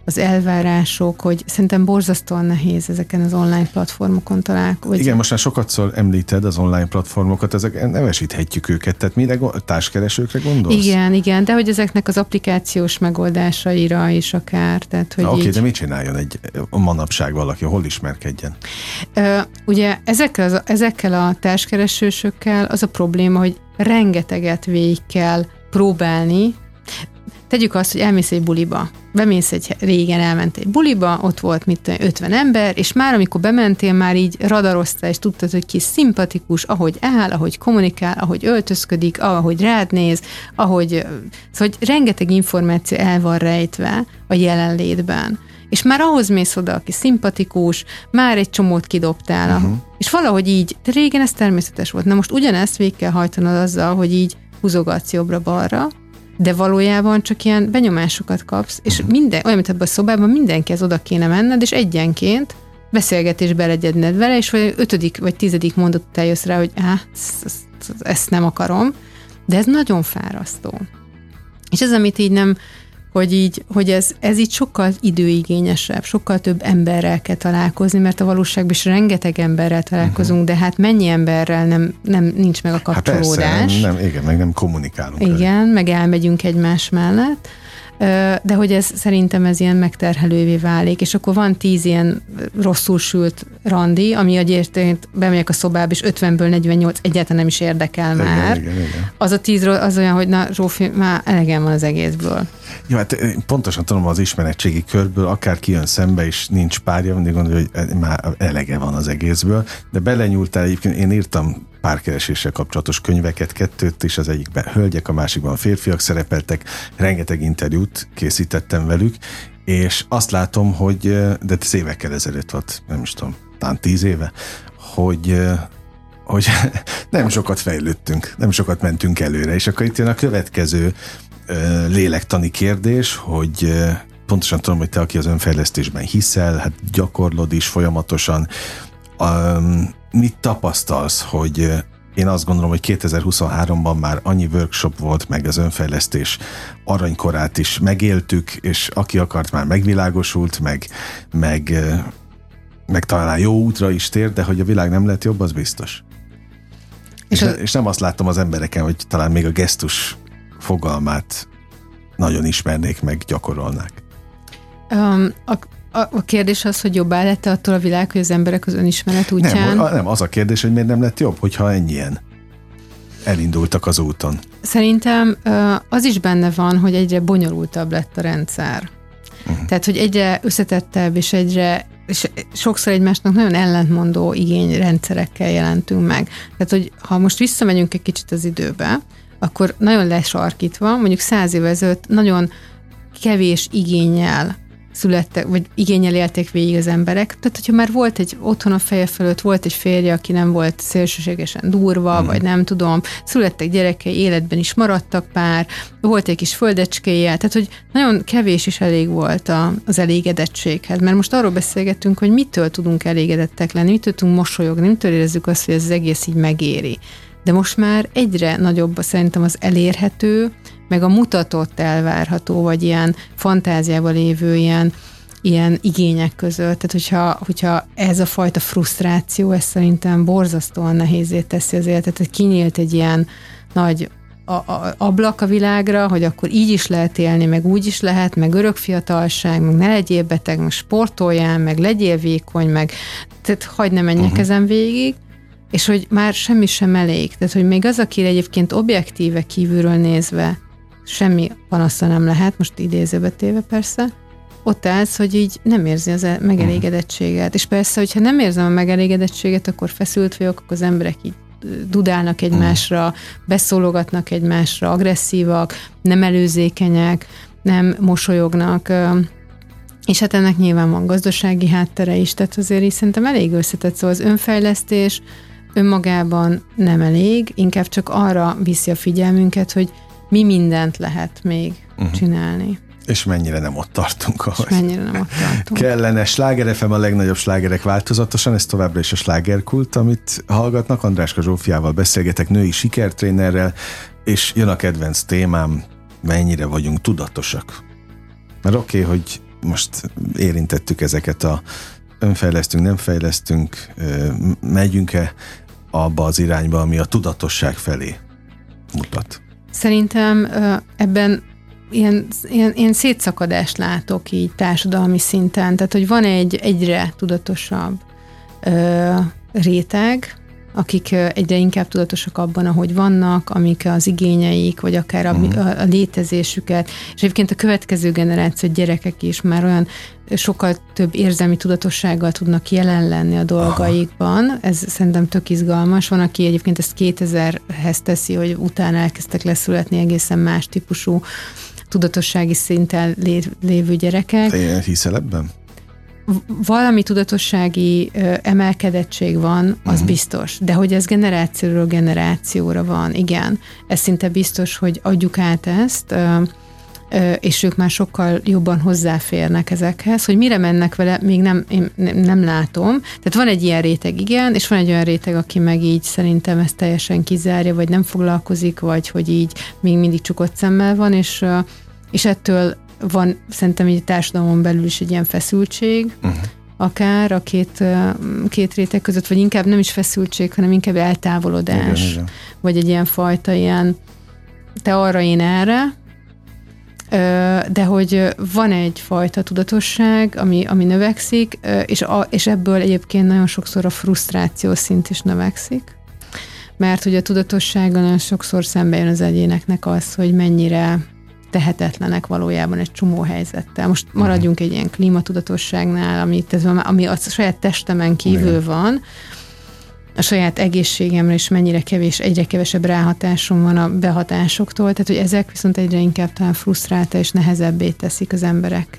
az elvárások, hogy szerintem borzasztóan nehéz ezeken az online platformokon találkozni. Igen, most már sokatszor említed az online platformokat, ezek nevesíthetjük őket, tehát mire társkeresőkre gondolsz? Igen, igen, de hogy ezeknek az applikációs megoldásaira is akár. Tehát, hogy Oké, így... de mit csináljon egy manapság valaki, hol ismerkedjen? Ö, ugye ezekkel, az, ezekkel a társkeresősökkel az a probléma, hogy rengeteget végig kell próbálni. Tegyük azt, hogy elmész egy buliba. Bemész egy, régen elment egy buliba, ott volt mit tudom, ötven ember, és már amikor bementél, már így radaroztál, és tudtad, hogy ki szimpatikus, ahogy áll, ahogy kommunikál, ahogy öltözködik, ahogy rád néz, ahogy... Szóval, hogy rengeteg információ el van rejtve a jelenlétben. És már ahhoz mész oda, aki szimpatikus, már egy csomót kidobtál. Uh-huh. És valahogy így, de régen ez természetes volt. Na most ugyanezt végig kell hajtanod azzal, hogy így húzogatsz jobbra-balra, de valójában csak ilyen benyomásokat kapsz, és minden, olyan, mint ebben a szobában mindenki ez oda kéne menned, és egyenként beszélgetésbe elegyedned vele, és vagy ötödik vagy tizedik mondat után jössz rá, hogy á, ezt, ezt nem akarom, de ez nagyon fárasztó. És ez, amit így nem, hogy így, hogy ez, ez így sokkal időigényesebb, sokkal több emberrel kell találkozni, mert a valóságban is rengeteg emberrel találkozunk, uh-huh. de hát mennyi emberrel nem, nem nincs meg a kapcsolódás. Hát persze, nem, igen, meg nem kommunikálunk. Igen, el. meg elmegyünk egymás mellett, de hogy ez szerintem ez ilyen megterhelővé válik, és akkor van tíz ilyen rosszul sült randi, ami egyébként bemegyek a szobába, és ötvenből negyvennyolc egyáltalán nem is érdekel igen, már. Igen, igen. Az a tíz az olyan, hogy na Zsófi, már elegem van az egészből. Jó, hát pontosan tudom az ismeretségi körből, akár kijön szembe, és nincs párja, mindig gondolja, hogy már elege van az egészből, de belenyúltál egyébként, én írtam párkereséssel kapcsolatos könyveket, kettőt is, az egyikben hölgyek, a másikban férfiak szerepeltek, rengeteg interjút készítettem velük, és azt látom, hogy, de ez évekkel ezelőtt volt, nem is tudom, talán tíz éve, hogy, hogy nem sokat fejlődtünk, nem sokat mentünk előre, és akkor itt jön a következő lélektani kérdés, hogy pontosan tudom, hogy te, aki az önfejlesztésben hiszel, hát gyakorlod is folyamatosan. Um, mit tapasztalsz, hogy én azt gondolom, hogy kétezer-huszonháromban már annyi workshop volt, meg az önfejlesztés aranykorát is megéltük, és aki akart, már megvilágosult, meg, meg, meg talán jó útra is tér, de hogy a világ nem lett jobb, az biztos. És, és, a... és nem azt láttam az embereken, hogy talán még a gesztus fogalmát nagyon ismernék, meg gyakorolnák. Um, a, a, a kérdés az, hogy jobbá lett attól a világ, hogy az emberek az önismeret útján... Nem, nem, az a kérdés, hogy miért nem lett jobb, hogyha ennyien elindultak az úton. Szerintem az is benne van, hogy egyre bonyolultabb lett a rendszer. Uh-huh. Tehát, hogy egyre összetettebb, és egyre és sokszor egymásnak nagyon ellentmondó igényrendszerekkel jelentünk meg. Tehát, hogy ha most visszamegyünk egy kicsit az időbe, akkor nagyon lesarkítva, mondjuk száz évvel ezelőtt nagyon kevés igénnyel születtek, vagy igénnyel élték végig az emberek. Tehát, hogyha már volt egy otthon a feje fölött, volt egy férje, aki nem volt szélsőségesen durva, mm. vagy nem tudom, születtek gyerekei, életben is maradtak pár, volt egy kis földecskéje, tehát, hogy nagyon kevés is elég volt a, az elégedettséghez. Mert most arról beszélgettünk, hogy mitől tudunk elégedettek lenni, mitől tudunk mosolyogni, mitől érezzük azt, hogy ez az egész így megéri. De most már egyre nagyobb szerintem az elérhető, meg a mutatott elvárható, vagy ilyen fantáziában lévő ilyen, ilyen igények között. Tehát, hogyha, hogyha ez a fajta frusztráció, ez szerintem borzasztóan nehézé teszi az életet, hogy kinyílt egy ilyen nagy a, a, ablak a világra, hogy akkor így is lehet élni, meg úgy is lehet, meg örök fiatalság, meg ne legyél beteg, meg sportoljál, meg legyél vékony, meg tehát hagyd ne menjek uh-huh. ezen végig, és hogy már semmi sem elég. Tehát, hogy még az, akire egyébként objektíve kívülről nézve semmi panasza nem lehet, most idézőbe téve persze, ott állsz, hogy így nem érzi az megelégedettséget. És persze, hogyha nem érzem a megelégedettséget, akkor feszült vagyok, akkor az emberek így dudálnak egymásra, beszólogatnak egymásra, agresszívak, nem előzékenyek, nem mosolyognak, és hát ennek nyilván van gazdasági háttere is, tehát azért is szerintem elég összetett, szóval az önfejlesztés önmagában nem elég, inkább csak arra viszi a figyelmünket, hogy mi mindent lehet még uh-huh. csinálni. És mennyire nem ott tartunk, ahogy. És mennyire nem ott tartunk. Kellene. Sláger ef em, a legnagyobb slágerek változatosan, ez továbbra is a slágerkult, amit hallgatnak. Andráska Zsófiával beszélgetek, női sikertrénerrel, és jön a kedvenc témám, mennyire vagyunk tudatosak. Mert oké, okay, hogy most érintettük ezeket a önfejlesztünk, nem fejlesztünk, megyünk-e abba az irányba, ami a tudatosság felé mutat? Szerintem ebben ilyen, ilyen, ilyen szétszakadást látok így társadalmi szinten, tehát hogy van egy egyre tudatosabb ö, réteg, akik egyre inkább tudatosak abban, ahogy vannak, amik az igényeik, vagy akár a, a, a létezésüket, és egyébként a következő generáció gyerekek is már olyan sokkal több érzelmi tudatossággal tudnak jelen lenni a dolgaikban. Aha. Ez szerintem tök izgalmas. Van, aki egyébként ezt kétezerhez teszi, hogy utána elkezdtek leszületni egészen más típusú tudatossági szinten lévő gyerekek. Te hiszel ebben? Valami tudatossági ö, emelkedettség van, az uh-huh. biztos, de hogy ez generációról generációra van, igen. Ez szinte biztos, hogy adjuk át ezt, ö, ö, és ők már sokkal jobban hozzáférnek ezekhez, hogy mire mennek vele, még nem, én nem látom. Tehát van egy ilyen réteg, igen, és van egy olyan réteg, aki meg így szerintem ezt teljesen kizárja, vagy nem foglalkozik, vagy hogy így még mindig csukott szemmel van, és, ö, és ettől van szerintem egy társadalmon belül is egy ilyen feszültség, uh-huh. akár a két, két réteg között, vagy inkább nem is feszültség, hanem inkább eltávolodás, igen, igen. vagy egy ilyen fajta ilyen te arra, én erre, de hogy van egyfajta tudatosság, ami, ami növekszik, és, a, és ebből egyébként nagyon sokszor a frusztráció szint is növekszik, mert hogy a tudatossággal nagyon sokszor szembe jön az egyéneknek az, hogy mennyire tehetetlenek valójában egy csomó helyzettel. Most maradjunk egy ilyen klímatudatosságnál, ami, ami a saját testemen kívül igen. van, a saját egészségemre is mennyire kevés, egyre kevesebb ráhatásom van a behatásoktól, tehát hogy ezek viszont egyre inkább talán frusztrálta és nehezebbé teszik az emberek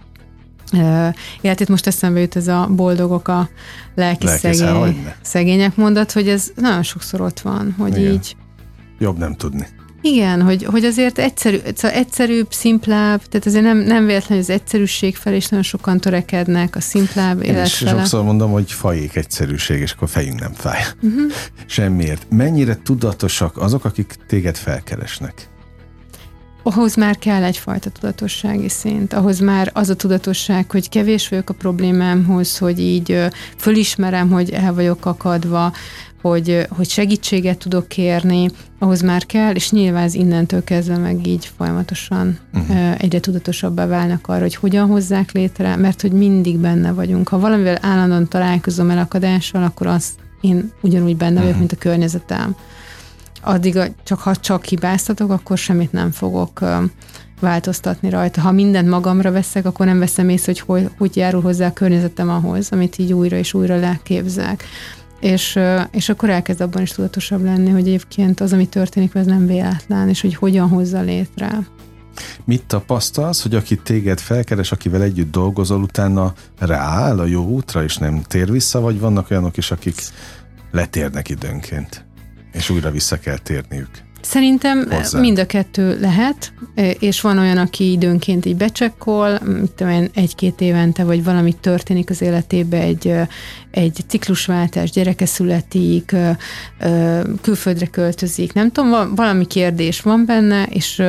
életét. Most eszembe jut ez a boldogok a lelki, lelki szegény, szegények mondat, hogy ez nagyon sokszor ott van, hogy igen. így jobb nem tudni. Igen, hogy, hogy azért egyszerű, szóval egyszerűbb, szimplább, tehát azért nem, nem véletlenül az egyszerűség felé is nagyon sokan törekednek, a szimplább élet és fele. Sokszor mondom, hogy fajék egyszerűség, és akkor fejünk nem fáj. Uh-huh. Semmiért. Mennyire tudatosak azok, akik téged felkeresnek? Ahhoz már kell egyfajta tudatossági szint, ahhoz már az a tudatosság, hogy kevés vagyok a problémámhoz, hogy így fölismerem, hogy el vagyok akadva, hogy, hogy segítséget tudok kérni, ahhoz már kell, és nyilván ez innentől kezdve meg így folyamatosan uh-huh. egyre tudatosabbá válnak arra, hogy hogyan hozzák létre, mert hogy mindig benne vagyunk. Ha valamivel állandóan találkozom elakadással, akkor az én ugyanúgy benne vagyok, uh-huh. mint a környezetem. Addig, csak ha csak hibáztatok, akkor semmit nem fogok változtatni rajta. Ha mindent magamra veszek, akkor nem veszem észre, hogy hogy, hogy járul hozzá a környezetem ahhoz, amit így újra és újra leképzek. És, és akkor elkezd abban is tudatosabb lenni, hogy egyébként az, ami történik, az nem véletlen, és hogy hogyan hozza létre. Mit tapasztalsz, hogy aki téged felkeres, akivel együtt dolgozol, utána rááll a jó útra, és nem tér vissza, vagy vannak olyanok is, akik letérnek időnként, és újra vissza kell térniük? Szerintem hozzá. Mind a kettő lehet, és van olyan, aki időnként így becsekkol, mit tudom én, egy-két évente, vagy valami történik az életébe, egy, egy ciklusváltás, gyereke születik, külföldre költözik, nem tudom, valami kérdés van benne, és,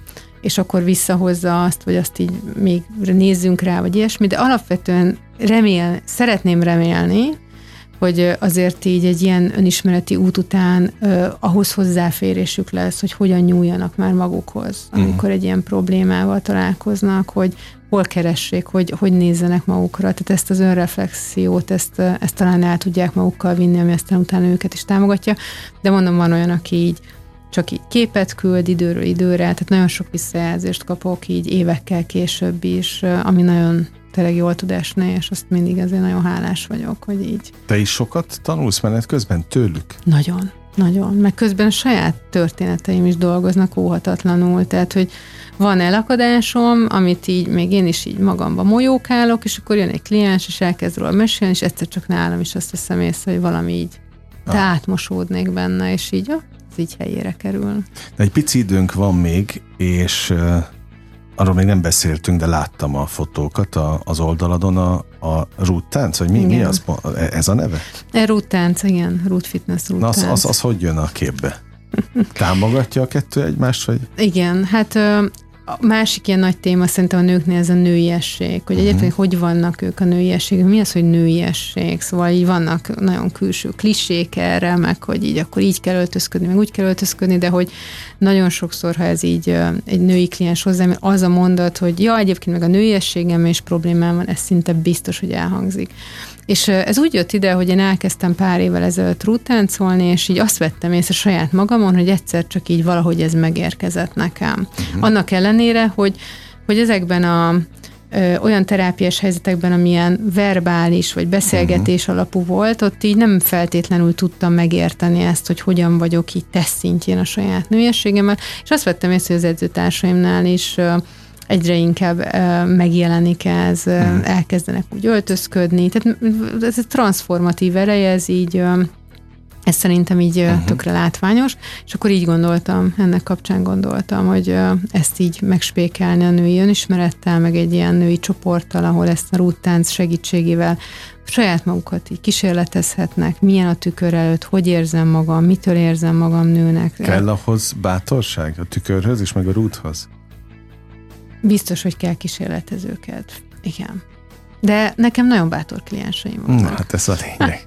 és akkor visszahozza azt, vagy azt így még nézzünk rá, vagy ilyesmi, de alapvetően remél, szeretném remélni, hogy azért így egy ilyen önismereti út után uh, ahhoz hozzáférésük lesz, hogy hogyan nyúljanak már magukhoz, amikor egy ilyen problémával találkoznak, hogy hol keressék, hogy, hogy nézzenek magukra. Tehát ezt az önreflexiót, ezt, ezt talán el tudják magukkal vinni, ami aztán utána őket is támogatja. De mondom, van olyan, aki így csak így képet küld időről időre, tehát nagyon sok visszajelzést kapok így évekkel később is, ami nagyon tényleg jól tud esni, és azt mindig azért nagyon hálás vagyok, hogy így. Te is sokat tanulsz menet közben tőlük? Nagyon, nagyon. Meg közben a saját történeteim is dolgoznak óhatatlanul, tehát, hogy van elakadásom, amit így még én is így magamba molyókálok, és akkor jön egy kliens, és elkezd róla mesélni, és egyszer csak nálam is azt veszem észre, hogy valami így ah. átmosódnék benne, és így ja, ez így helyére kerül. De egy pici időnk van még, és arról még nem beszéltünk, de láttam a fotókat a, az oldaladon, a, a Root tánc, vagy mi, mi az? Ez a neve? Root tánc, igen, Root Fitness, Root Na, az, tánc. Az, az hogy jön a képbe? Támogatja a kettő egymást, vagy? Igen, hát a másik ilyen nagy téma szerintem a nőknél ez a nőiesség, hogy uh-huh. egyébként hogy vannak ők a nőiesség, mi az, hogy nőiesség, szóval így vannak nagyon külső klisék erre, meg hogy így akkor így kell öltözködni, meg úgy kell öltözködni, de hogy nagyon sokszor, ha ez így egy női kliens hozzám, az a mondat, hogy ja, egyébként meg a nőiességem és problémám van, ez szinte biztos, hogy elhangzik. És ez úgy jött ide, hogy én elkezdtem pár évvel ezelőtt rúttáncolni, és így azt vettem észre saját magamon, hogy egyszer csak így valahogy ez megérkezett nekem. Uh-huh. Annak ellenére, hogy, hogy ezekben a ö, olyan terápiás helyzetekben, amilyen verbális vagy beszélgetés uh-huh. alapú volt, ott így nem feltétlenül tudtam megérteni ezt, hogy hogyan vagyok így teszt szintjén a saját nőiességemmel, és azt vettem észre, hogy az edzőtársaimnál is ö, egyre inkább uh, megjelenik ez, uh, hmm. elkezdenek úgy öltözködni. Tehát ez egy transformatív ereje, ez így, uh, ez szerintem így uh, uh-huh. tökre látványos, és akkor így gondoltam, ennek kapcsán gondoltam, hogy uh, ezt így megspékelni a női önismerettel, meg egy ilyen női csoporttal, ahol ezt a rúttánc segítségével saját magukat így kísérletezhetnek, milyen a tükör előtt, hogy érzem magam, mitől érzem magam nőnek. Kell ahhoz bátorság a tükörhöz és meg a rúthoz? Biztos, hogy kell kísérletezőket. Igen. De nekem nagyon bátor klienseim vannak. Na, hát ez a lényeg.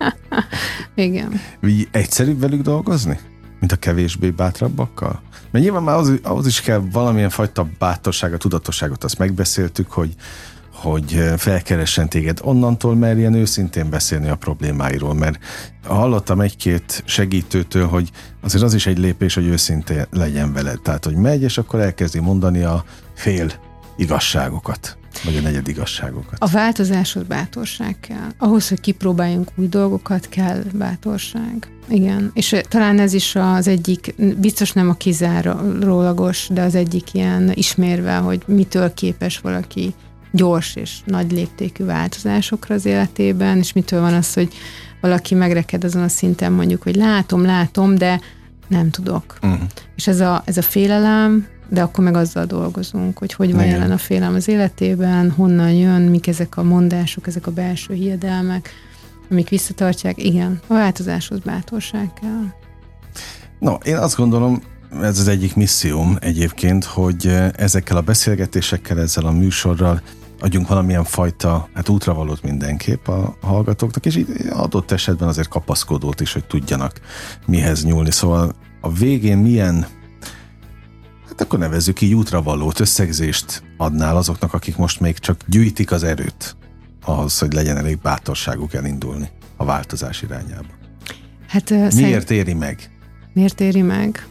Igen. Így egyszerűbb velük dolgozni? Mint a kevésbé bátrabbakkal? Mert nyilván már ahhoz, ahhoz is kell valamilyen fajta bátorságot, tudatosságot, azt megbeszéltük, hogy, hogy felkeressen téged. Onnantól merjen őszintén beszélni a problémáiról, mert hallottam egy-két segítőtől, hogy azért az is egy lépés, hogy őszintén legyen veled. Tehát, hogy megy, és akkor elkezdi mondani a fél igazságokat, vagy a negyed igazságokat. A változáshoz bátorság kell. Ahhoz, hogy kipróbáljunk új dolgokat, kell bátorság. Igen. És talán ez is az egyik, biztos nem a kizárólagos, de az egyik ilyen ismérve, hogy mitől képes valaki gyors és nagy léptékű változásokra az életében, és mitől van az, hogy valaki megreked azon a szinten mondjuk, hogy látom, látom, de nem tudok. Uh-huh. És ez a, ez a félelem, de akkor meg azzal dolgozunk, hogy hogy van Igen. jelen a félelem az életében, honnan jön, mik ezek a mondások, ezek a belső hiedelmek, amik visszatartják. Igen, a változáshoz bátorság kell. No, én azt gondolom, ez az egyik misszióm egyébként, hogy ezekkel a beszélgetésekkel, ezzel a műsorral adjunk valamilyen fajta hát útravalót mindenképp a hallgatóknak, és így adott esetben azért kapaszkodót is, hogy tudjanak mihez nyúlni. Szóval a végén milyen, hát akkor nevezzük így útravalót, összegzést adnál azoknak, akik most még csak gyűjtik az erőt ahhoz, hogy legyen elég bátorságuk elindulni a változás irányába. Hát, Miért szerint... éri meg? Miért éri meg?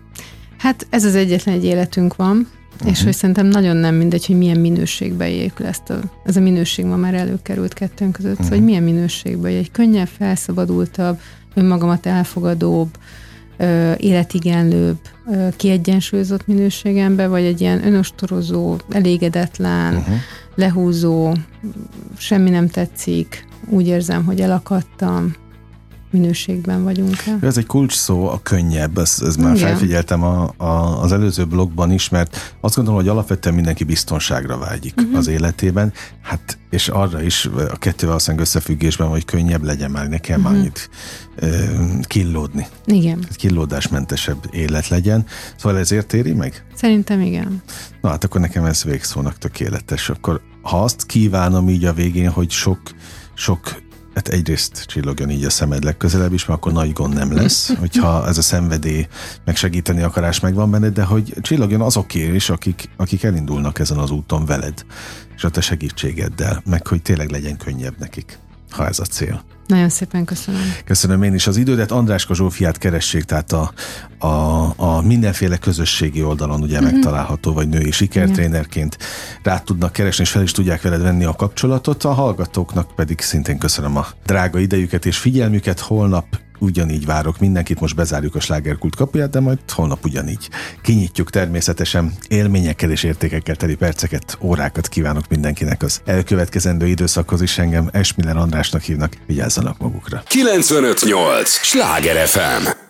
Hát ez az egyetlen egy életünk van, uh-huh. és hogy szerintem nagyon nem mindegy, hogy milyen minőségbe épül ezt a, ez a minőség ma már előkerült kettőnk között, uh-huh. szóval, hogy milyen minőségbe, egy könnyebb, felszabadultabb, önmagamat elfogadóbb, életigenlőbb, kiegyensúlyozott minőségembe, vagy egy ilyen önostorozó, elégedetlen, uh-huh. lehúzó, semmi nem tetszik, úgy érzem, hogy elakadtam, minőségben vagyunk el. Ez egy kulcs szó, a könnyebb, ezt, ezt már Igen. felfigyeltem a, a, az előző blogban is, mert azt gondolom, hogy alapvetően mindenki biztonságra vágyik uh-huh. az életében, hát és arra is a kettővel aztán összefüggésben, hogy könnyebb legyen már, ne kell uh-huh. már annyit e, killódni. Igen. Killódásmentesebb élet legyen. Szóval ezért éri meg? Szerintem igen. Na hát akkor nekem ez végszónak tökéletes. Akkor ha azt kívánom így a végén, hogy sok, sok hát egyrészt csillogjon így a szemed legközelebb is, mert akkor nagy gond nem lesz, hogyha ez a szenvedély meg segíteni akarás megvan benned, de hogy csillogjon azokért is, akik, akik elindulnak ezen az úton veled, és a te segítségeddel, meg hogy tényleg legyen könnyebb nekik, ha ez a cél. Nagyon szépen köszönöm. Köszönöm én is az idődet. Andráska Zsófiát keressék, tehát a, a, a mindenféle közösségi oldalon ugye uh-huh. megtalálható, vagy női sikertrénerként rá tudnak keresni, és fel is tudják veled venni a kapcsolatot. A hallgatóknak pedig szintén köszönöm a drága idejüket és figyelmüket. Holnap ugyanígy várok mindenkit, most bezárjuk a Slágerkult kapuját, de majd holnap ugyanígy kinyitjuk. Természetesen élményekkel és értékekkel teli perceket, órákat kívánok mindenkinek az elkövetkezendő időszakhoz is. Engem Esmiller Andrásnak hívnak, vigyázzanak magukra. kilencvenöt nyolc Sláger ef em